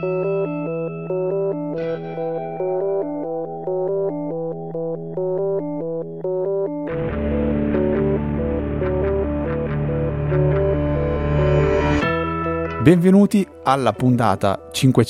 Benvenuti alla puntata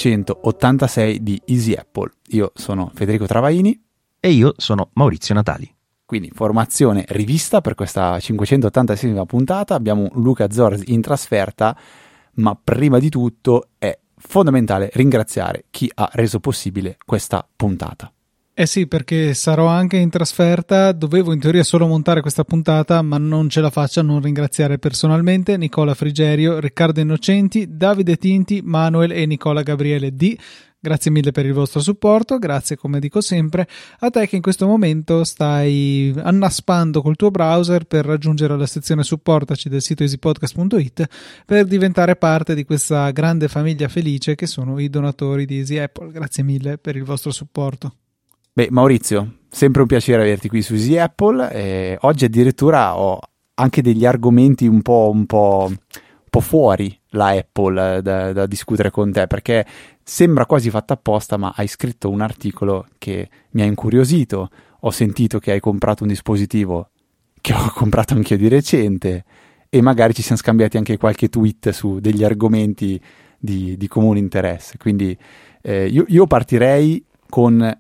586 di Easy Apple. Io sono Federico Travaini. E io sono Maurizio Natali. Quindi formazione rivista per questa 586esima puntata. Abbiamo Luca Zorzi in trasferta, ma prima di tutto è fondamentale ringraziare chi ha reso possibile questa puntata. Eh sì, perché sarò anche in trasferta, dovevo in teoria solo montare questa puntata, ma non ce la faccio a non ringraziare personalmente Nicola Frigerio, Riccardo Innocenti, Davide Tinti, Manuel e Nicola Gabriele D. Grazie mille per il vostro supporto, grazie come dico sempre a te che in questo momento stai annaspando col tuo browser per raggiungere la sezione supportaci del sito easypodcast.it per diventare parte di questa grande famiglia felice che sono i donatori di Easy Apple. Grazie mille per il vostro supporto. Beh, Maurizio, sempre un piacere averti qui su Easy Apple. Oggi addirittura ho anche degli argomenti un po' fuori la Apple da discutere con te, perché sembra quasi fatta apposta, ma hai scritto un articolo che mi ha incuriosito. Ho sentito che hai comprato un dispositivo che ho comprato anch'io di recente e magari ci siamo scambiati anche qualche tweet su degli argomenti di comune interesse. Quindi io partirei con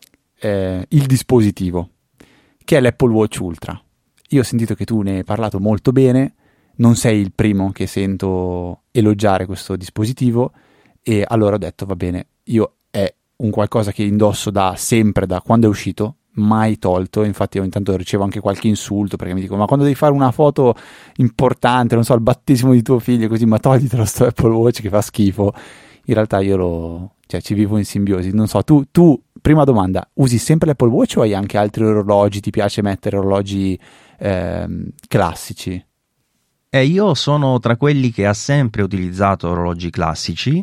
il dispositivo, che è l'Apple Watch Ultra. Io ho sentito che tu ne hai parlato molto bene, non sei il primo che sento elogiare questo dispositivo, e allora ho detto va bene, io è un qualcosa che indosso da sempre, da quando è uscito, mai tolto. Infatti io intanto ricevo anche qualche insulto perché mi dicono: ma quando devi fare una foto importante, non so, al battesimo di tuo figlio, così, ma toglitelo sto Apple Watch che fa schifo. In realtà io ci vivo in simbiosi. Non so, tu prima domanda, usi sempre l'Apple Watch o hai anche altri orologi? Ti piace mettere orologi classici? Io sono tra quelli che ha sempre utilizzato orologi classici.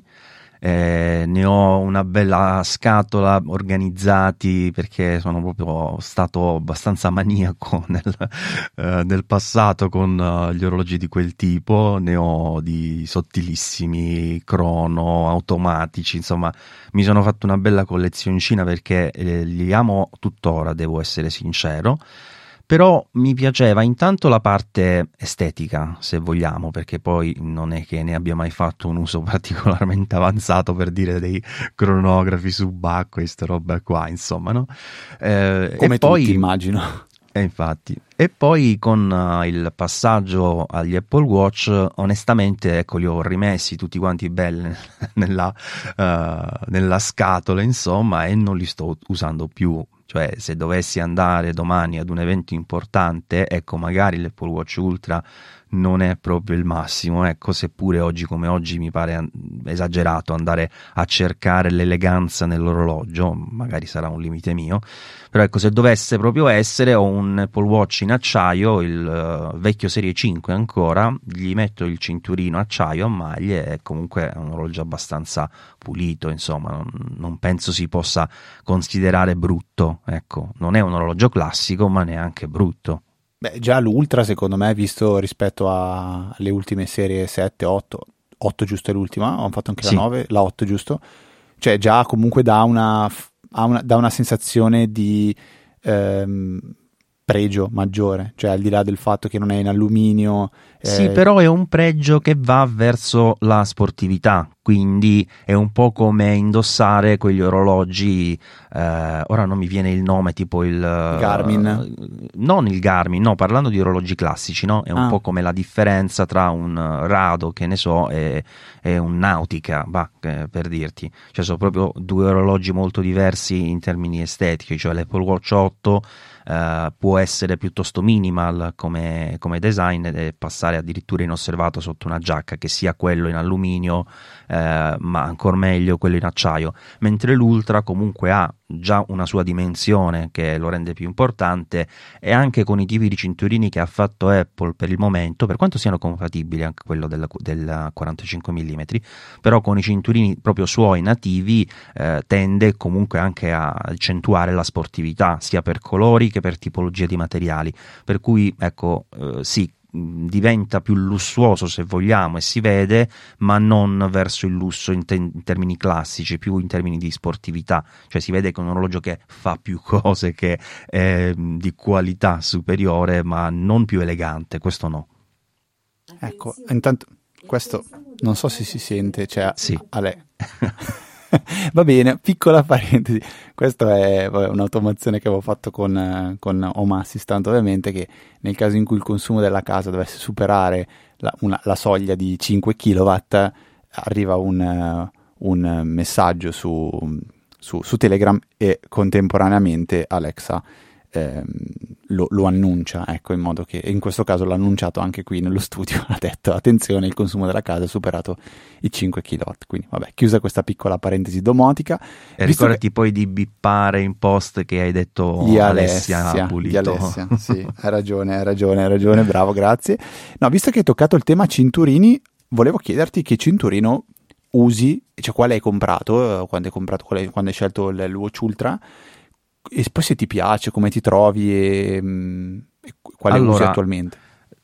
Ne ho una bella scatola organizzati perché sono proprio stato abbastanza maniaco nel passato con gli orologi di quel tipo. Ne ho di sottilissimi, crono, automatici, insomma mi sono fatto una bella collezioncina perché li amo tuttora, devo essere sincero. Però mi piaceva intanto la parte estetica, se vogliamo, perché poi non è che ne abbia mai fatto un uso particolarmente avanzato, per dire, dei cronografi subacquei, queste robe qua, insomma, no? Come e poi, tutti, immagino. Infatti. E poi con il passaggio agli Apple Watch, onestamente, ecco, li ho rimessi tutti quanti belli nella scatola, insomma, e non li sto usando più. Cioè, se dovessi andare domani ad un evento importante, ecco, magari l'Apple Watch Ultra non è proprio il massimo, ecco, seppure oggi come oggi mi pare esagerato andare a cercare l'eleganza nell'orologio, magari sarà un limite mio, però ecco, se dovesse proprio essere, ho un Apple Watch in acciaio, il vecchio Serie 5 ancora, gli metto il cinturino acciaio a maglie e comunque è un orologio abbastanza pulito, insomma, non penso si possa considerare brutto, ecco, non è un orologio classico ma neanche brutto. Beh, già l'Ultra secondo me, visto rispetto alle ultime serie 7, 8 giusto è l'ultima, ho fatto anche Sì. la 9, la 8 giusto, cioè già comunque dà una sensazione di pregio maggiore, cioè al di là del fatto che non è in alluminio. Sì, però è un pregio che va verso la sportività, quindi è un po' come indossare quegli orologi, ora non mi viene il nome, tipo il Garmin. Non il Garmin, no, parlando di orologi classici, no? È un po' come la differenza tra un Rado, che ne so, e un Nautica, per dirti, cioè sono proprio due orologi molto diversi in termini estetici, cioè l'Apple Watch 8 può essere piuttosto minimal come design e passare addirittura inosservato sotto una giacca, che sia quello in alluminio ma ancora meglio quello in acciaio, mentre l'Ultra comunque ha già una sua dimensione che lo rende più importante, e anche con i tipi di cinturini che ha fatto Apple per il momento, per quanto siano compatibili anche quello del 45 mm, però con i cinturini proprio suoi nativi tende comunque anche a accentuare la sportività sia per colori che per tipologia di materiali, per cui ecco sì, diventa più lussuoso, se vogliamo, e si vede, ma non verso il lusso in termini classici, più in termini di sportività, cioè si vede che è un orologio che fa più cose, che è di qualità superiore, ma non più elegante, questo no. Ecco, intanto questo non so se si sente, cioè sì. Va bene, piccola parentesi, questa è un'automazione che avevo fatto con Home Assistant, ovviamente, che nel caso in cui il consumo della casa dovesse superare la soglia di 5 kW, arriva un messaggio su Telegram e contemporaneamente Alexa lo annuncia, ecco, in modo che in questo caso l'ha annunciato anche qui nello studio, ha detto attenzione, il consumo della casa ha superato i 5 kW. Quindi vabbè, chiusa questa piccola parentesi domotica, e ricordati poi di bippare in post che hai detto Alessia ha pulito. Alessia, sì, hai ragione, bravo, grazie. No, visto che hai toccato il tema cinturini, volevo chiederti che cinturino usi, cioè quale hai comprato, quando hai scelto il Watch Ultra, e poi se ti piace, come ti trovi e quale usi attualmente.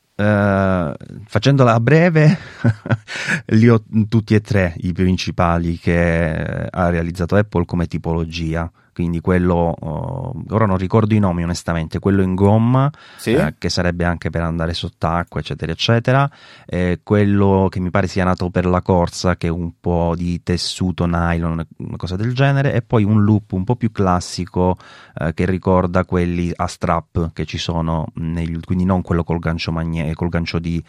Facendola a breve, li ho tutti e tre i principali che ha realizzato Apple come tipologia. Quindi quello, ora non ricordo i nomi onestamente, quello in gomma, sì? Che sarebbe anche per andare sott'acqua, eccetera, eccetera, quello che mi pare sia nato per la corsa, che è un po' di tessuto nylon, una cosa del genere, e poi un loop un po' più classico, che ricorda quelli a strap che ci sono, quindi non quello col gancio col gancio di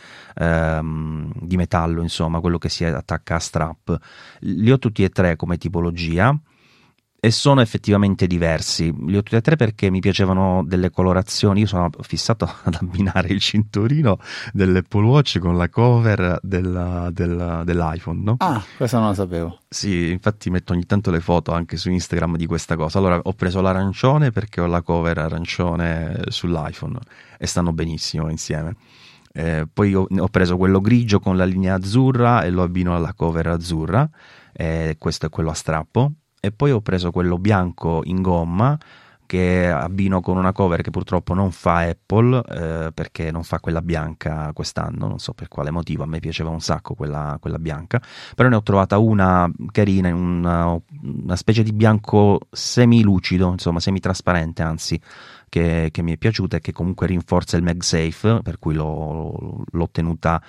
metallo, insomma, quello che si attacca a strap. Li ho tutti e tre come tipologia, e sono effettivamente diversi. Li ho tutti e tre perché mi piacevano delle colorazioni. Io sono fissato ad abbinare il cinturino dell'Apple Watch con la cover dell'iPhone, no? Ah, questo non lo sapevo. Sì, infatti metto ogni tanto le foto anche su Instagram di questa cosa. Allora, ho preso l'arancione perché ho la cover arancione sull'iPhone e stanno benissimo insieme. Poi ho preso quello grigio con la linea azzurra e lo abbino alla cover azzurra, questo è quello a strappo. E poi ho preso quello bianco in gomma che abbino con una cover che purtroppo non fa Apple, perché non fa quella bianca quest'anno, non so per quale motivo. A me piaceva un sacco quella bianca, però ne ho trovata una carina in una specie di bianco semilucido, insomma semitrasparente anzi, che mi è piaciuta e che comunque rinforza il MagSafe, per cui l'ho tenuta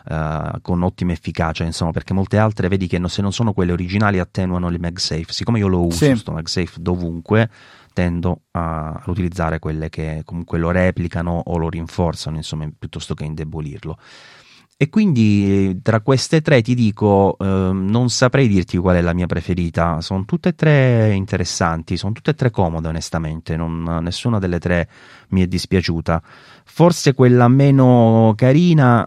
con ottima efficacia, insomma, perché molte altre vedi che se non sono quelle originali attenuano il MagSafe. Siccome io lo uso, sto MagSafe dovunque, tendo ad utilizzare quelle che comunque lo replicano o lo rinforzano, insomma, piuttosto che indebolirlo. E quindi tra queste tre ti dico, non saprei dirti qual è la mia preferita. Sono tutte e tre interessanti, sono tutte e tre comode onestamente, nessuna delle tre mi è dispiaciuta. Forse quella meno carina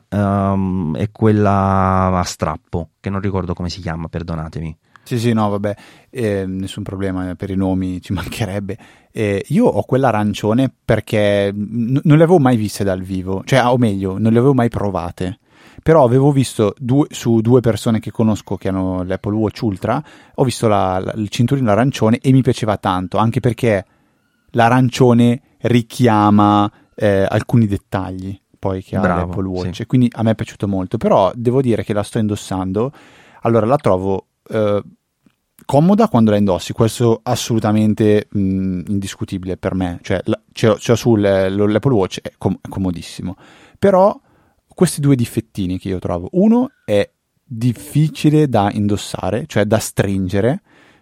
è quella a strappo, che non ricordo come si chiama, perdonatemi. Sì, no, vabbè, nessun problema per i nomi, ci mancherebbe. Io ho quella arancione perché non le avevo mai viste dal vivo, cioè, o meglio, non le avevo mai provate. Però avevo visto su due persone che conosco che hanno l'Apple Watch Ultra, ho visto il cinturino arancione e mi piaceva tanto, anche perché l'arancione richiama alcuni dettagli poi che ha l'Apple Watch, sì. Quindi a me è piaciuto molto, però devo dire che la sto indossando, allora la trovo comoda quando la indossi, questo assolutamente indiscutibile per me, cioè c'ho sull'Apple Watch, è comodissimo, però questi due difettini che io trovo: uno è difficile da indossare, cioè da stringere,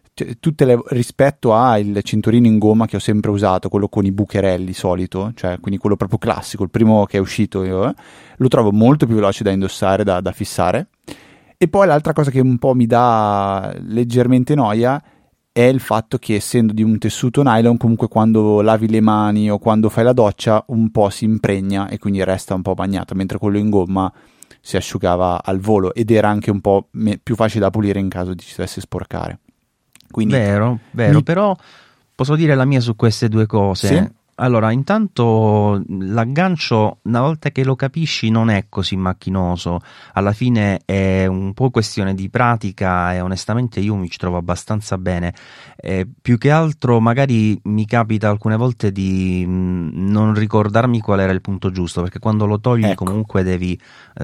rispetto al cinturino in gomma che ho sempre usato, quello con i bucherelli solito, cioè quindi quello proprio classico, il primo che è uscito lo trovo molto più veloce da indossare, da fissare. E poi l'altra cosa che un po' mi dà leggermente noia è il fatto che, essendo di un tessuto nylon, comunque quando lavi le mani o quando fai la doccia un po' si impregna e quindi resta un po' bagnato, mentre quello in gomma si asciugava al volo ed era anche un po' più facile da pulire in caso ci dovesse sporcare. Quindi vero, però posso dire la mia su queste due cose. Sì? Allora, intanto l'aggancio, una volta che lo capisci, non è così macchinoso. Alla fine è un po' questione di pratica e onestamente io mi ci trovo abbastanza bene. Più che altro magari mi capita alcune volte di non ricordarmi qual era il punto giusto, perché quando lo togli comunque devi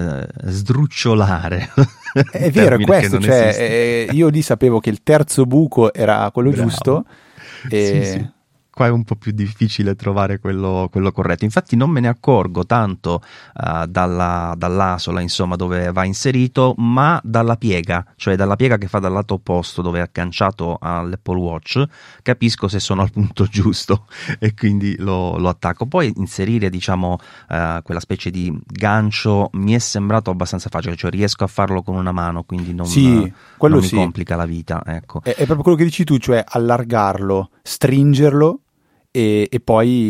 sdrucciolare. È vero, è questo, cioè io lì sapevo che il terzo buco era quello giusto. Sì. Qua è un po' più difficile trovare quello corretto. Infatti non me ne accorgo tanto dall'asola, insomma, dove va inserito, ma dalla piega, cioè dalla piega che fa dal lato opposto dove è agganciato all'Apple Watch, capisco se sono al punto giusto e quindi lo attacco. Poi inserire, diciamo, quella specie di gancio mi è sembrato abbastanza facile, cioè riesco a farlo con una mano, quindi non mi complica la vita, ecco. È proprio quello che dici tu, cioè allargarlo, stringerlo e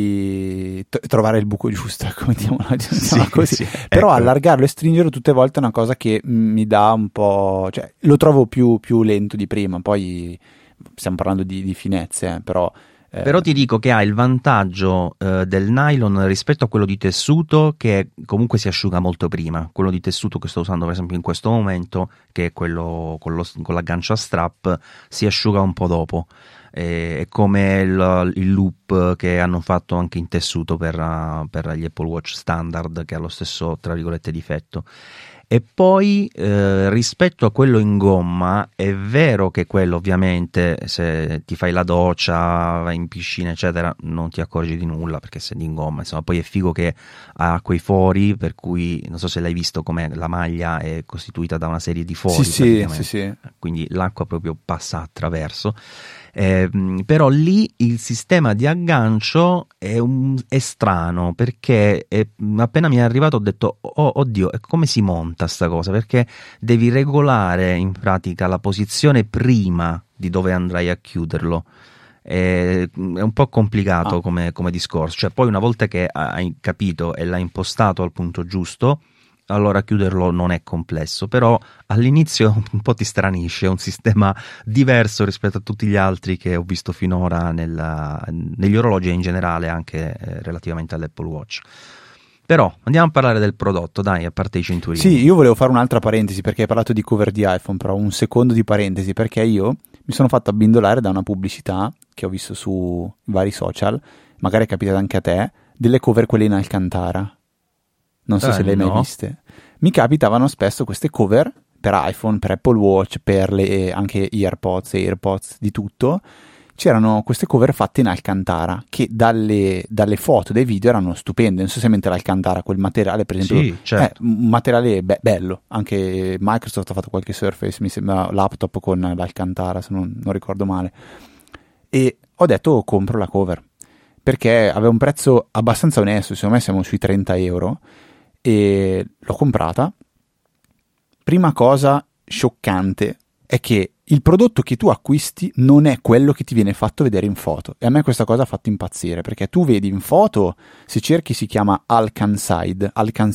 poi trovare il buco giusto, come diciamo così. Sì, però ecco. allargarlo e stringerlo tutte le volte è una cosa che mi dà un po', cioè lo trovo più lento di prima. Poi stiamo parlando di finezze, però ti dico che ha il vantaggio del nylon rispetto a quello di tessuto, che comunque si asciuga molto prima. Quello di tessuto che sto usando per esempio in questo momento, che è quello con l'aggancio a strap, si asciuga un po' dopo. È come il loop che hanno fatto anche in tessuto per gli Apple Watch standard, che ha lo stesso, tra virgolette, difetto. E poi rispetto a quello in gomma, è vero che quello ovviamente se ti fai la doccia, vai in piscina eccetera, non ti accorgi di nulla perché sei in gomma, insomma. Poi è figo che ha quei fori, per cui non so se l'hai visto, come la maglia è costituita da una serie di fori, sì. Quindi l'acqua proprio passa attraverso. Però lì il sistema di aggancio è strano, perché appena mi è arrivato ho detto oddio, e come si monta sta cosa, perché devi regolare in pratica la posizione prima di dove andrai a chiuderlo. È un po' complicato come discorso, cioè poi una volta che hai capito e l'hai impostato al punto giusto, allora chiuderlo non è complesso, però all'inizio un po' ti stranisce, è un sistema diverso rispetto a tutti gli altri che ho visto finora negli orologi e in generale anche relativamente all'Apple Watch. Però andiamo a parlare del prodotto, dai, a parte i cinturini. Sì, io volevo fare un'altra parentesi, perché hai parlato di cover di iPhone, però un secondo di parentesi, perché io mi sono fatto abbindolare da una pubblicità che ho visto su vari social, magari è capitata anche a te, delle cover quelle in Alcantara. Non so se le hai mai viste. Mi capitavano spesso queste cover per iPhone, per Apple Watch, per anche AirPods, di tutto. C'erano queste cover fatte in Alcantara che dalle foto, dai video erano stupende. Non so se mente l'Alcantara, quel materiale, per esempio, sì, certo. Un materiale bello. Anche Microsoft ha fatto qualche Surface, mi sembra, laptop con l'Alcantara, se non ricordo male. E ho detto compro la cover, perché aveva un prezzo abbastanza onesto, secondo me siamo sui 30 euro, e l'ho comprata. Prima cosa scioccante è che il prodotto che tu acquisti non è quello che ti viene fatto vedere in foto, e a me questa cosa ha fatto impazzire, perché tu vedi in foto, se cerchi si chiama Alcancide,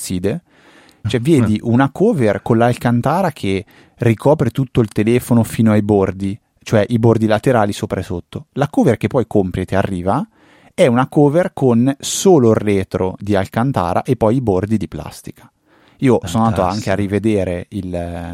cioè vedi una cover con l'Alcantara che ricopre tutto il telefono fino ai bordi, cioè i bordi laterali sopra e sotto. La cover che poi compri e ti arriva è una cover con solo il retro di Alcantara e poi i bordi di plastica. Io sono andato anche a rivedere i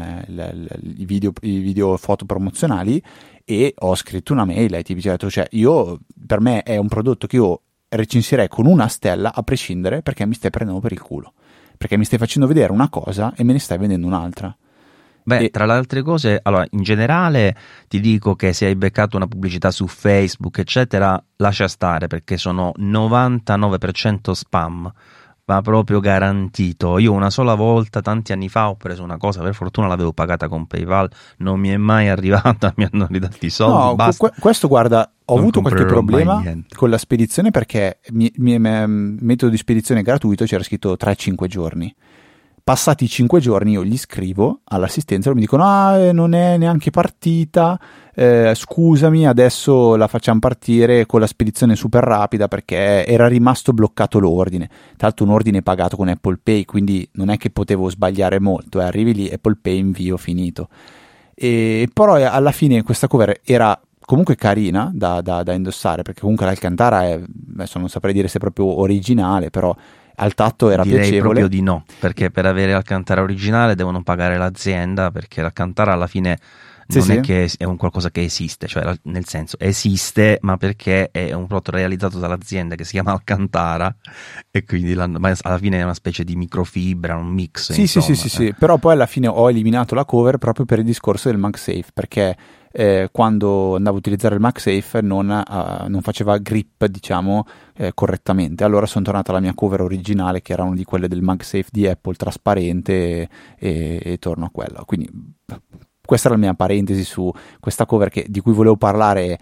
video foto promozionali e ho scritto una mail ai tipi, cioè per me è un prodotto che io recensirei con una stella a prescindere, perché mi stai prendendo per il culo, perché mi stai facendo vedere una cosa e me ne stai vendendo un'altra. Beh, tra le altre cose, allora, in generale ti dico che se hai beccato una pubblicità su Facebook, eccetera, lascia stare, perché sono 99% spam, ma proprio garantito. Io una sola volta, tanti anni fa, ho preso una cosa, per fortuna l'avevo pagata con PayPal, non mi è mai arrivata, mi hanno ridati i soldi, no, basta. Questo guarda, ho avuto qualche problema con la spedizione, perché metodo di spedizione gratuito c'era scritto 3-5 giorni. Passati i 5 giorni io gli scrivo all'assistenza e mi dicono non è neanche partita, scusami, adesso la facciamo partire con la spedizione super rapida perché era rimasto bloccato l'ordine. Tra l'altro un ordine pagato con Apple Pay, quindi non è che potevo sbagliare molto, arrivi lì, Apple Pay, invio, finito. E però alla fine questa cover era comunque carina da indossare, perché comunque l'Alcantara è, adesso non saprei dire se è proprio originale, però al tatto era Direi piacevole. proprio di no, perché per avere l'Alcantara originale devono pagare l'azienda, perché l'Alcantara alla fine non è che è un qualcosa che esiste, cioè nel senso esiste, ma perché è un prodotto realizzato dall'azienda che si chiama Alcantara, e quindi ma alla fine è una specie di microfibra, un mix. Sì, però poi alla fine ho eliminato la cover proprio per il discorso del MagSafe, perché quando andavo a utilizzare il MagSafe non faceva grip, diciamo, correttamente. Allora sono tornato alla mia cover originale, che era una di quelle del MagSafe di Apple, trasparente, e torno a quella. Quindi questa era la mia parentesi su questa cover di cui volevo parlare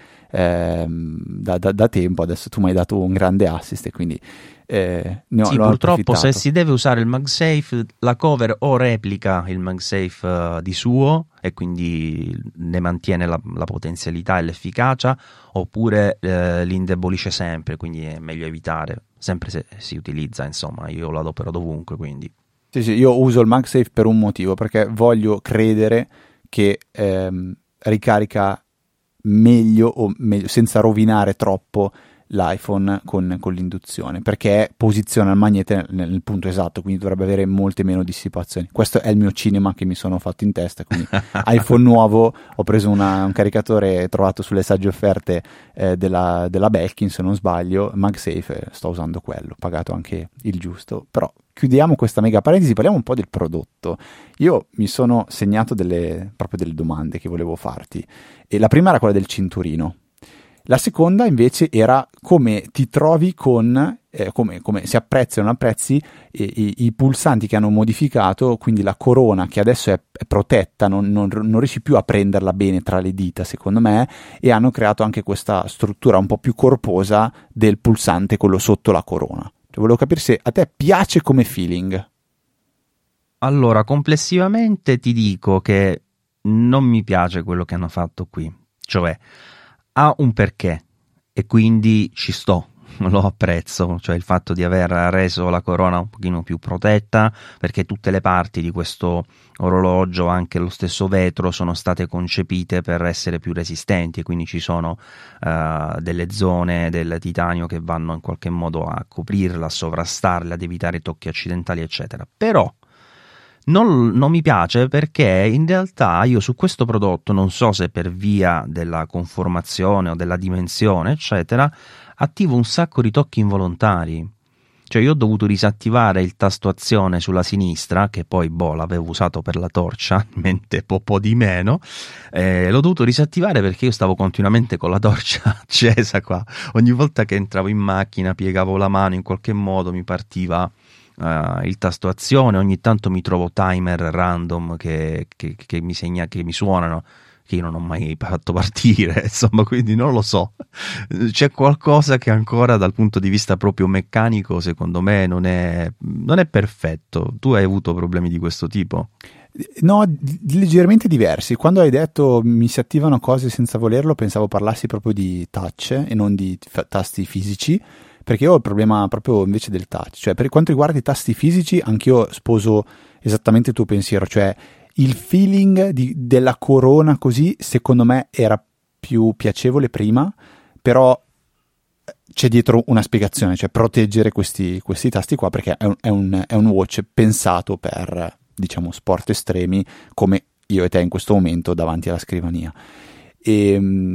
da tempo. Adesso tu mi hai dato un grande assist e quindi sì, purtroppo se si deve usare il MagSafe, la cover o replica il MagSafe di suo e quindi ne mantiene la potenzialità e l'efficacia, oppure li indebolisce sempre, quindi è meglio evitare, sempre se si utilizza, insomma, io lo adopero dovunque, quindi. Sì, io uso il MagSafe per un motivo, perché voglio credere che ricarica meglio senza rovinare troppo l'iPhone con l'induzione, perché posiziona il magnete nel punto esatto, quindi dovrebbe avere molte meno dissipazioni. Questo è il mio cinema che mi sono fatto in testa, quindi iPhone nuovo, ho preso un caricatore trovato sulle sagge offerte della Belkin, se non sbaglio, MagSafe, sto usando quello, pagato anche il giusto. Però chiudiamo questa mega parentesi, parliamo un po' del prodotto. Io mi sono segnato proprio delle domande che volevo farti, e la prima era quella del cinturino. La seconda invece era come ti trovi con, come si apprezzi o non apprezzi i pulsanti che hanno modificato, quindi la corona che adesso è protetta, non riesci più a prenderla bene tra le dita secondo me, e hanno creato anche questa struttura un po' più corposa del pulsante, quello sotto la corona. Cioè, volevo capire se a te piace come feeling. Allora, complessivamente ti dico che non mi piace quello che hanno fatto qui, cioè ha un perché e quindi ci sto, lo apprezzo, cioè il fatto di aver reso la corona un pochino più protetta, perché tutte le parti di questo orologio, anche lo stesso vetro, sono state concepite per essere più resistenti, e quindi ci sono delle zone del titanio che vanno in qualche modo a coprirla, a sovrastarla, ad evitare tocchi accidentali, eccetera. Però non mi piace perché in realtà io su questo prodotto, non so se per via della conformazione o della dimensione eccetera, attivo un sacco di tocchi involontari. Cioè io ho dovuto disattivare il tasto azione sulla sinistra, che poi l'avevo usato per la torcia, mentre po' di meno, l'ho dovuto disattivare perché io stavo continuamente con la torcia accesa qua. Ogni volta che entravo in macchina, piegavo la mano, in qualche modo mi partiva il tasto azione. Ogni tanto mi trovo timer random che mi segna, che mi suonano, che io non ho mai fatto partire, insomma, quindi non lo so, c'è qualcosa che ancora dal punto di vista proprio meccanico secondo me non è perfetto. Tu hai avuto problemi di questo tipo? No, leggermente diversi. Quando hai detto mi si attivano cose senza volerlo, pensavo parlassi proprio di touch e non di tasti fisici, perché io ho il problema proprio invece del touch. Cioè, per quanto riguarda i tasti fisici, anch'io sposo esattamente il tuo pensiero, cioè il feeling della corona così secondo me era più piacevole prima, però c'è dietro una spiegazione, cioè proteggere questi tasti qua, perché è un watch pensato per, diciamo, sport estremi come io e te in questo momento davanti alla scrivania. E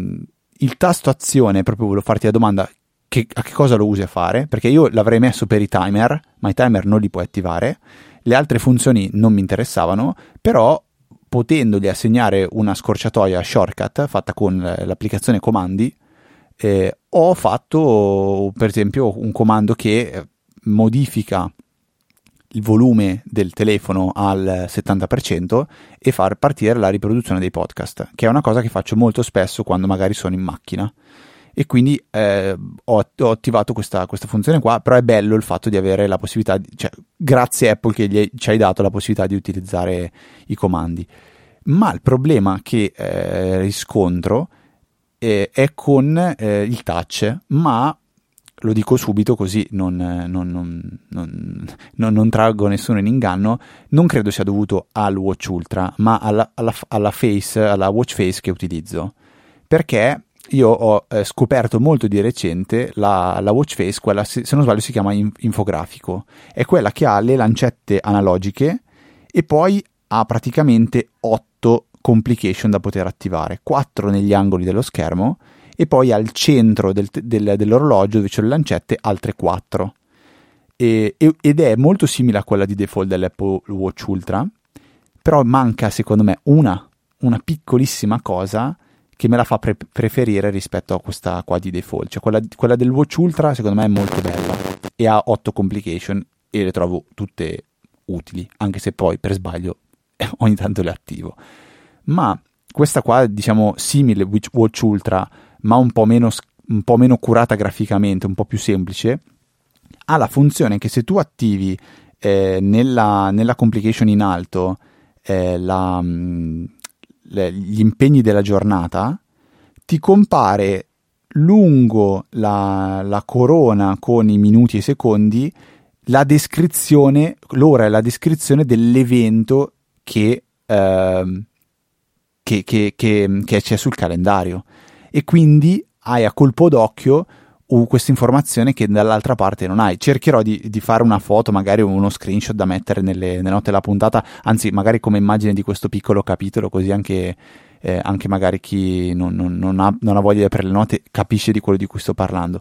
il tasto azione, proprio volevo farti la domanda, a che cosa lo usi a fare? Perché io l'avrei messo per i timer, ma i timer non li puoi attivare. Le altre funzioni non mi interessavano, però potendogli assegnare una scorciatoia shortcut fatta con l'applicazione comandi, ho fatto per esempio un comando che modifica il volume del telefono al 70% e far partire la riproduzione dei podcast, che è una cosa che faccio molto spesso quando magari sono in macchina. E quindi ho attivato questa funzione qua, però è bello il fatto di avere la possibilità, cioè grazie Apple che ci hai dato la possibilità di utilizzare i comandi. Ma il problema che riscontro è con il touch, ma lo dico subito così non traggo nessuno in inganno, non credo sia dovuto al Watch Ultra, ma alla watch face che utilizzo, perché io ho scoperto molto di recente la watch face, quella se non sbaglio si chiama infografico, è quella che ha le lancette analogiche e poi ha praticamente 8 complication da poter attivare, 4 negli angoli dello schermo e poi al centro dell'orologio dove c'è le lancette altre 4. Ed è molto simile a quella di default dell'Apple Watch Ultra, però manca secondo me una piccolissima cosa che me la fa preferire rispetto a questa qua di default. Cioè quella del Watch Ultra secondo me è molto bella e ha 8 complication e le trovo tutte utili, anche se poi per sbaglio ogni tanto le attivo. Ma questa qua, diciamo simile Watch Ultra ma un po' meno curata graficamente, un po' più semplice, ha la funzione che se tu attivi nella complication in alto gli impegni della giornata, ti compare lungo la corona con i minuti e i secondi la descrizione, l'ora e la descrizione dell'evento che c'è sul calendario, e quindi hai a colpo d'occhio questa informazione che dall'altra parte non hai. Cercherò di fare una foto, magari uno screenshot da mettere nelle note della puntata, anzi magari come immagine di questo piccolo capitolo, così anche magari chi non ha voglia di aprire le note capisce di quello di cui sto parlando.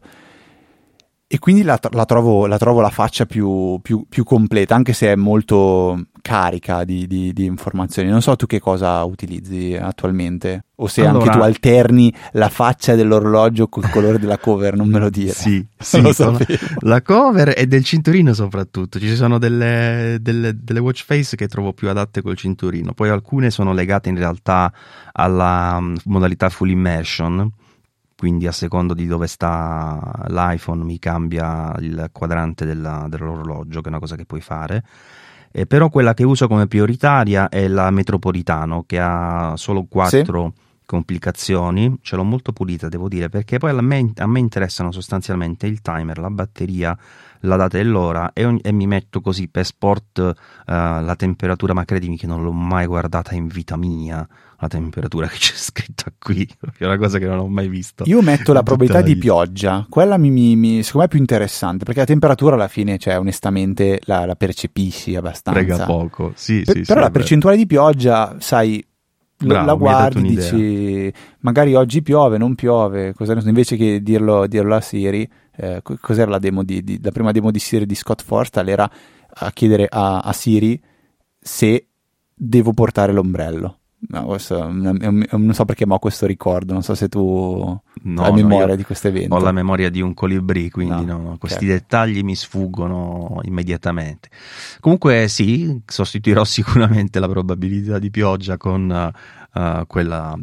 E quindi la trovo la faccia più completa, anche se è molto carica di informazioni. Non so tu che cosa utilizzi attualmente, o se allora, anche tu alterni la faccia dell'orologio col colore della cover, non me lo dire. Sì, lo sapevo. La cover e del cinturino soprattutto. Ci sono delle watch face che trovo più adatte col cinturino, poi alcune sono legate in realtà alla modalità full immersion, quindi a secondo di dove sta l'iPhone mi cambia il quadrante dell'orologio, che è una cosa che puoi fare. Però quella che uso come prioritaria è la Metropolitano, che ha solo 4 complicazioni. Ce l'ho molto pulita, devo dire, perché poi a me interessano sostanzialmente il timer, la batteria, la data e l'ora, e mi metto così per sport la temperatura, ma credimi che non l'ho mai guardata in vita mia, la temperatura che c'è scritta qui, è una cosa che non ho mai visto. Io metto la probabilità di pioggia, quella secondo me è più interessante, perché la temperatura alla fine, cioè onestamente la percepisci abbastanza. Frega poco, sì, però la percentuale di pioggia, sai, bravo, la guardi, dici magari oggi piove, non piove, invece che dirlo a Siri. Cos'era la prima demo di Siri di Scott Forstall? Era a chiedere a Siri se devo portare l'ombrello. No, questo non so perché, ma ho questo ricordo, non so se tu hai memoria di questo evento. Ho la memoria di un colibrì, quindi questi dettagli mi sfuggono immediatamente. Comunque sì, sostituirò sicuramente la probabilità di pioggia con quella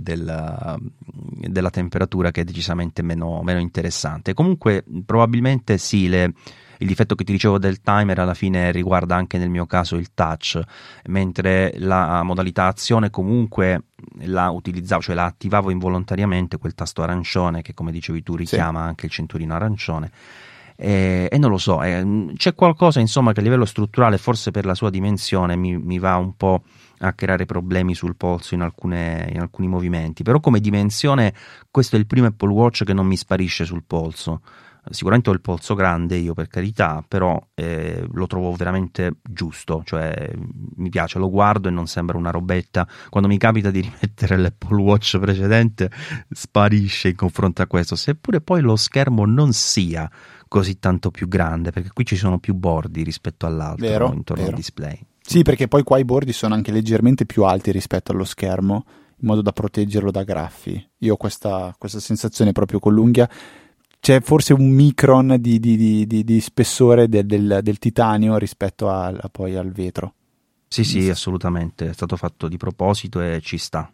della temperatura, che è decisamente meno interessante. Comunque probabilmente sì, il difetto che ti dicevo del timer alla fine riguarda anche nel mio caso il touch, mentre la modalità azione comunque la utilizzavo, cioè la attivavo involontariamente, quel tasto arancione che, come dicevi tu, richiama anche il cinturino arancione. E non lo so, c'è qualcosa insomma che a livello strutturale, forse per la sua dimensione, mi va un po' a creare problemi sul polso in alcuni movimenti, però come dimensione questo è il primo Apple Watch che non mi sparisce sul polso. Sicuramente ho il polso grande io, per carità, però lo trovo veramente giusto, cioè mi piace, lo guardo e non sembra una robetta. Quando mi capita di rimettere l'Apple Watch precedente sparisce in confronto a questo, seppure poi lo schermo non sia così tanto più grande, perché qui ci sono più bordi rispetto all'altro intorno al display. Sì, perché poi qua i bordi sono anche leggermente più alti rispetto allo schermo, in modo da proteggerlo da graffi. Io ho questa sensazione proprio con l'unghia. C'è forse un micron di spessore del titanio rispetto poi al vetro. Sì, assolutamente, è stato fatto di proposito e ci sta.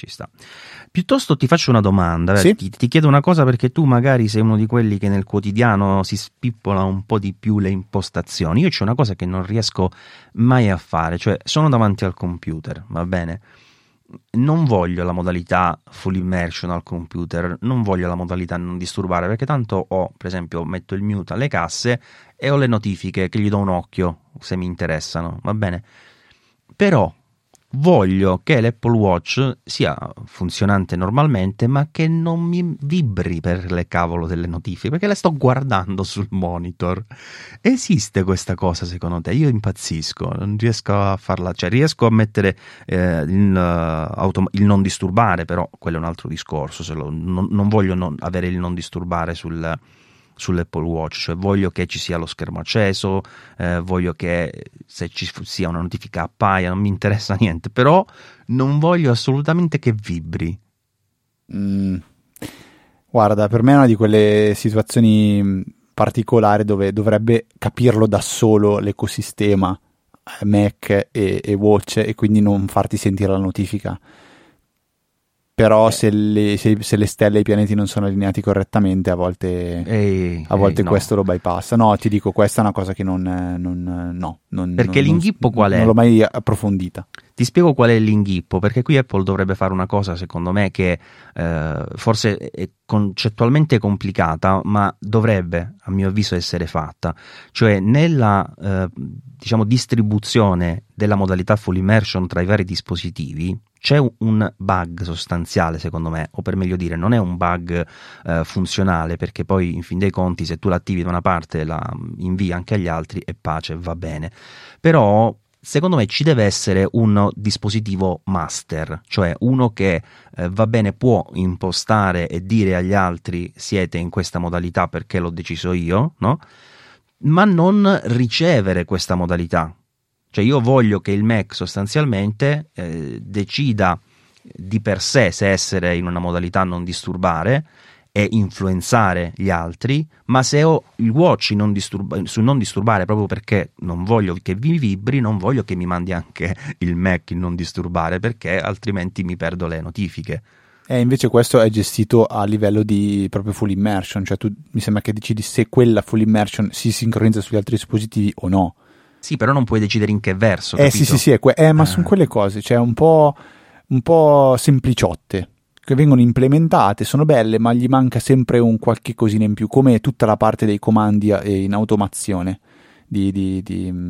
Piuttosto ti faccio una domanda, sì? ti chiedo una cosa, perché tu magari sei uno di quelli che nel quotidiano si spippola un po' di più le impostazioni. Io c'è una cosa che non riesco mai a fare, cioè sono davanti al computer, va bene? Non voglio la modalità full immersion al computer, non voglio la modalità non disturbare, perché tanto per esempio metto il mute alle casse e ho le notifiche che gli do un occhio se mi interessano, va bene? Però voglio che l'Apple Watch sia funzionante normalmente, ma che non mi vibri per le cavolo delle notifiche, perché le sto guardando sul monitor. Esiste questa cosa secondo te? Io impazzisco, non riesco a farla, cioè riesco a mettere il non disturbare, però quello è un altro discorso, non voglio avere il non disturbare sull'Apple Watch, cioè voglio che ci sia lo schermo acceso, voglio che se ci sia una notifica appaia, non mi interessa niente, però non voglio assolutamente che vibri. Guarda, per me è una di quelle situazioni particolari dove dovrebbe capirlo da solo l'ecosistema Mac e Watch, e quindi non farti sentire la notifica. Però se le stelle e i pianeti non sono allineati correttamente, a volte questo lo bypassa. No, ti dico, questa è una cosa che perché l'inghippo qual è? Non l'ho mai approfondita. Ti spiego qual è l'inghippo, perché qui Apple dovrebbe fare una cosa, secondo me, che forse è concettualmente complicata, ma dovrebbe, a mio avviso, essere fatta. Cioè, nella distribuzione della modalità full immersion tra i vari dispositivi, c'è un bug sostanziale, secondo me, o per meglio dire, non è un bug funzionale, perché poi, in fin dei conti, se tu l'attivi da una parte, la invii anche agli altri e pace, va bene. Però secondo me ci deve essere un dispositivo master, cioè uno che va bene, può impostare e dire agli altri siete in questa modalità perché l'ho deciso io, no? Ma non ricevere questa modalità. Cioè io voglio che il Mac sostanzialmente decida di per sé se essere in una modalità non disturbare e influenzare gli altri, ma se ho il watch su non disturbare, proprio perché non voglio che vi vibri, non voglio che mi mandi anche il Mac in non disturbare, perché altrimenti mi perdo le notifiche. Invece questo è gestito a livello di proprio full immersion, cioè tu mi sembra che decidi se quella full immersion si sincronizza sugli altri dispositivi o no. Sì, però non puoi decidere in che verso, capito? Sì, ma sono quelle cose, cioè un po' sempliciotte, che vengono implementate, sono belle, ma gli manca sempre un qualche cosina in più, come tutta la parte dei comandi in automazione di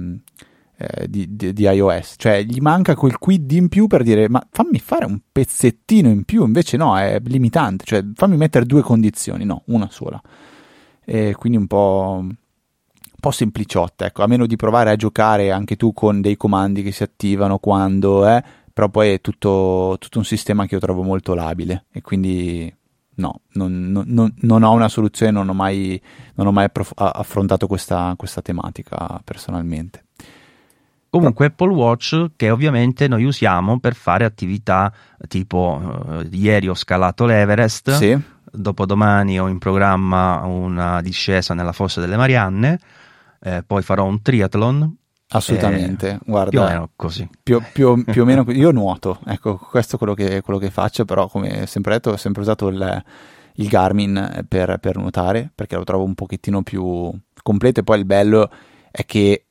iOS, cioè gli manca quel quid in più per dire ma fammi fare un pezzettino in più, invece no, è limitante, cioè fammi mettere 2 condizioni, no, una sola, e quindi un po' sempliciotta, ecco, a meno di provare a giocare anche tu con dei comandi che si attivano quando però poi è tutto un sistema che io trovo molto labile, e quindi no, non ho una soluzione, non ho mai affrontato questa tematica personalmente. Comunque Apple Watch, che ovviamente noi usiamo per fare attività tipo ieri ho scalato l'Everest, sì. Dopodomani ho in programma una discesa nella fossa delle Marianne, poi farò un triathlon. Assolutamente, guarda, più o meno così. Più o meno io nuoto, ecco, questo è quello che faccio, però come sempre detto ho sempre usato il Garmin per nuotare, perché lo trovo un pochettino più completo, e poi il bello è che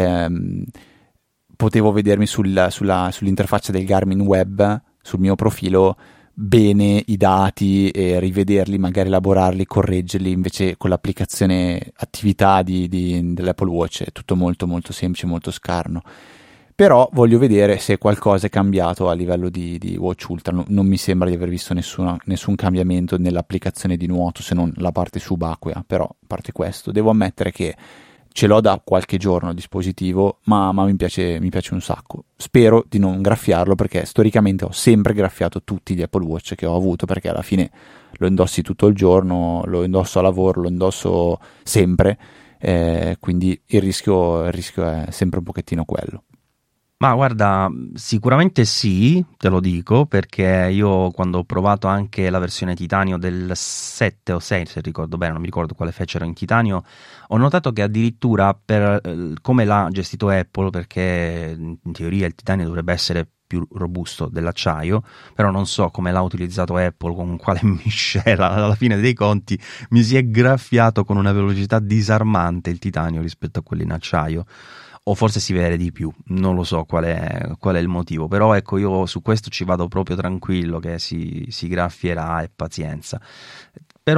potevo vedermi sull'interfaccia del Garmin Web, sul mio profilo, bene i dati e rivederli, magari elaborarli, correggerli. Invece con l'applicazione attività dell'Apple Watch è tutto molto molto semplice, molto scarno. Però voglio vedere se qualcosa è cambiato a livello di Watch Ultra. Non mi sembra di aver visto nessun cambiamento nell'applicazione di nuoto, se non la parte subacquea. Però a parte questo devo ammettere che ce l'ho da qualche giorno il dispositivo, ma mi piace un sacco. Spero di non graffiarlo, perché storicamente ho sempre graffiato tutti gli Apple Watch che ho avuto, perché alla fine lo indossi tutto il giorno, lo indosso a lavoro, lo indosso sempre, quindi il rischio è sempre un pochettino quello. Ma guarda, sicuramente sì, te lo dico, perché io quando ho provato anche la versione titanio del 7 o 6, se ricordo bene, non mi ricordo quale fecero in titanio, ho notato che addirittura per come l'ha gestito Apple, perché in teoria il titanio dovrebbe essere più robusto dell'acciaio, però non so come l'ha utilizzato Apple, con quale miscela, alla fine dei conti mi si è graffiato con una velocità disarmante il titanio rispetto a quello in acciaio. O forse si vede di più, non lo so qual è il motivo, però ecco, io su questo ci vado proprio tranquillo, che si graffierà, e pazienza. Però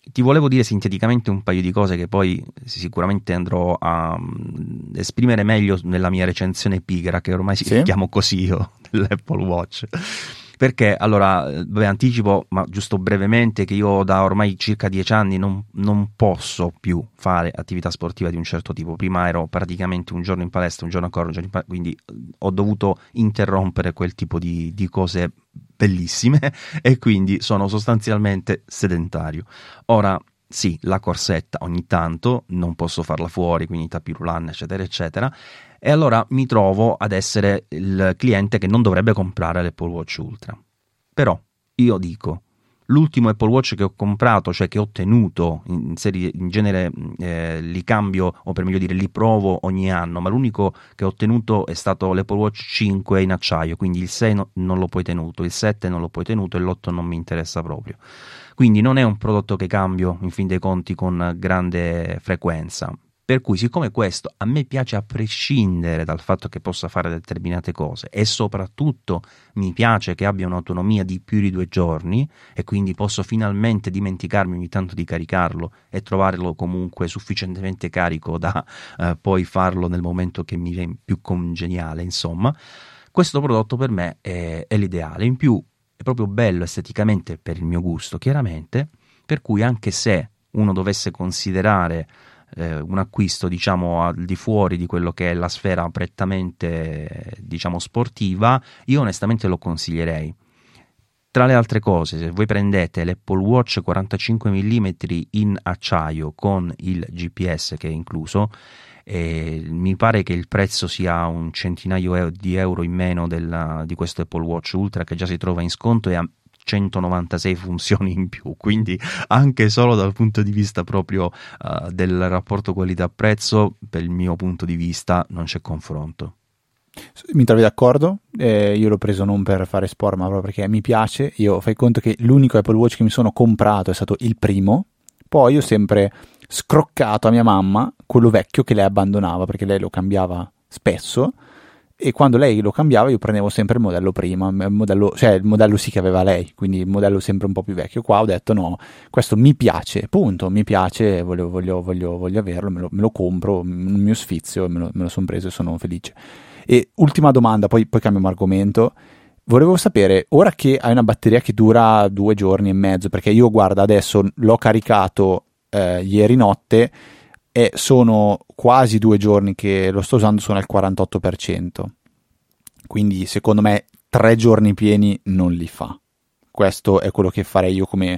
ti volevo dire sinteticamente un paio di cose che poi sicuramente andrò a esprimere meglio nella mia recensione pigra, che ormai si chiamo così io, dell'Apple Watch. Perché, allora, anticipo, ma giusto brevemente, che io da ormai circa 10 anni non posso più fare attività sportiva di un certo tipo. Prima ero praticamente un giorno in palestra, un giorno a correre, un giorno in palestra, quindi ho dovuto interrompere quel tipo di cose bellissime e quindi sono sostanzialmente sedentario. Ora, sì, la corsetta ogni tanto, non posso farla fuori, quindi tapirulan, eccetera, eccetera. E allora mi trovo ad essere il cliente che non dovrebbe comprare l'Apple Watch Ultra. Però io dico, l'ultimo Apple Watch che ho comprato, cioè che ho tenuto, in genere li cambio, o per meglio dire li provo ogni anno, ma l'unico che ho tenuto è stato l'Apple Watch 5 in acciaio, quindi il 6 non l'ho poi tenuto, il 7 non l'ho poi tenuto e l'8 non mi interessa proprio. Quindi non è un prodotto che cambio in fin dei conti con grande frequenza. Per cui, siccome questo a me piace a prescindere dal fatto che possa fare determinate cose, e soprattutto mi piace che abbia un'autonomia di più di 2 giorni, e quindi posso finalmente dimenticarmi ogni tanto di caricarlo e trovarlo comunque sufficientemente carico da poi farlo nel momento che mi viene più congeniale, insomma, questo prodotto per me è l'ideale. In più è proprio bello esteticamente, per il mio gusto chiaramente, per cui anche se uno dovesse considerare un acquisto, diciamo, al di fuori di quello che è la sfera prettamente, diciamo, sportiva, io onestamente lo consiglierei. Tra le altre cose, se voi prendete l'Apple Watch 45 mm in acciaio con il GPS che è incluso, mi pare che il prezzo sia un centinaio di euro in meno di questo Apple Watch Ultra, che già si trova in sconto e ha 196 funzioni in più, quindi anche solo dal punto di vista proprio del rapporto qualità-prezzo, per il mio punto di vista non c'è confronto. Mi trovi d'accordo? Io l'ho preso non per fare sport, ma proprio perché mi piace. Io fai conto che l'unico Apple Watch che mi sono comprato è stato il primo, poi ho sempre scroccato a mia mamma quello vecchio che lei abbandonava, perché lei lo cambiava spesso, e quando lei lo cambiava io prendevo sempre il modello prima, il modello sì che aveva lei, quindi il modello sempre un po' più vecchio. Qua ho detto no, questo mi piace, punto, mi piace, voglio averlo, me lo compro, un mio sfizio, me lo sono preso e sono felice. E ultima domanda, poi cambiamo argomento. Volevo sapere, ora che hai una batteria che dura 2 giorni e mezzo, perché io, guarda, adesso l'ho caricato ieri notte e sono quasi 2 giorni che lo sto usando, sono al 48%. Quindi secondo me 3 giorni pieni non li fa. Questo è quello che farei io come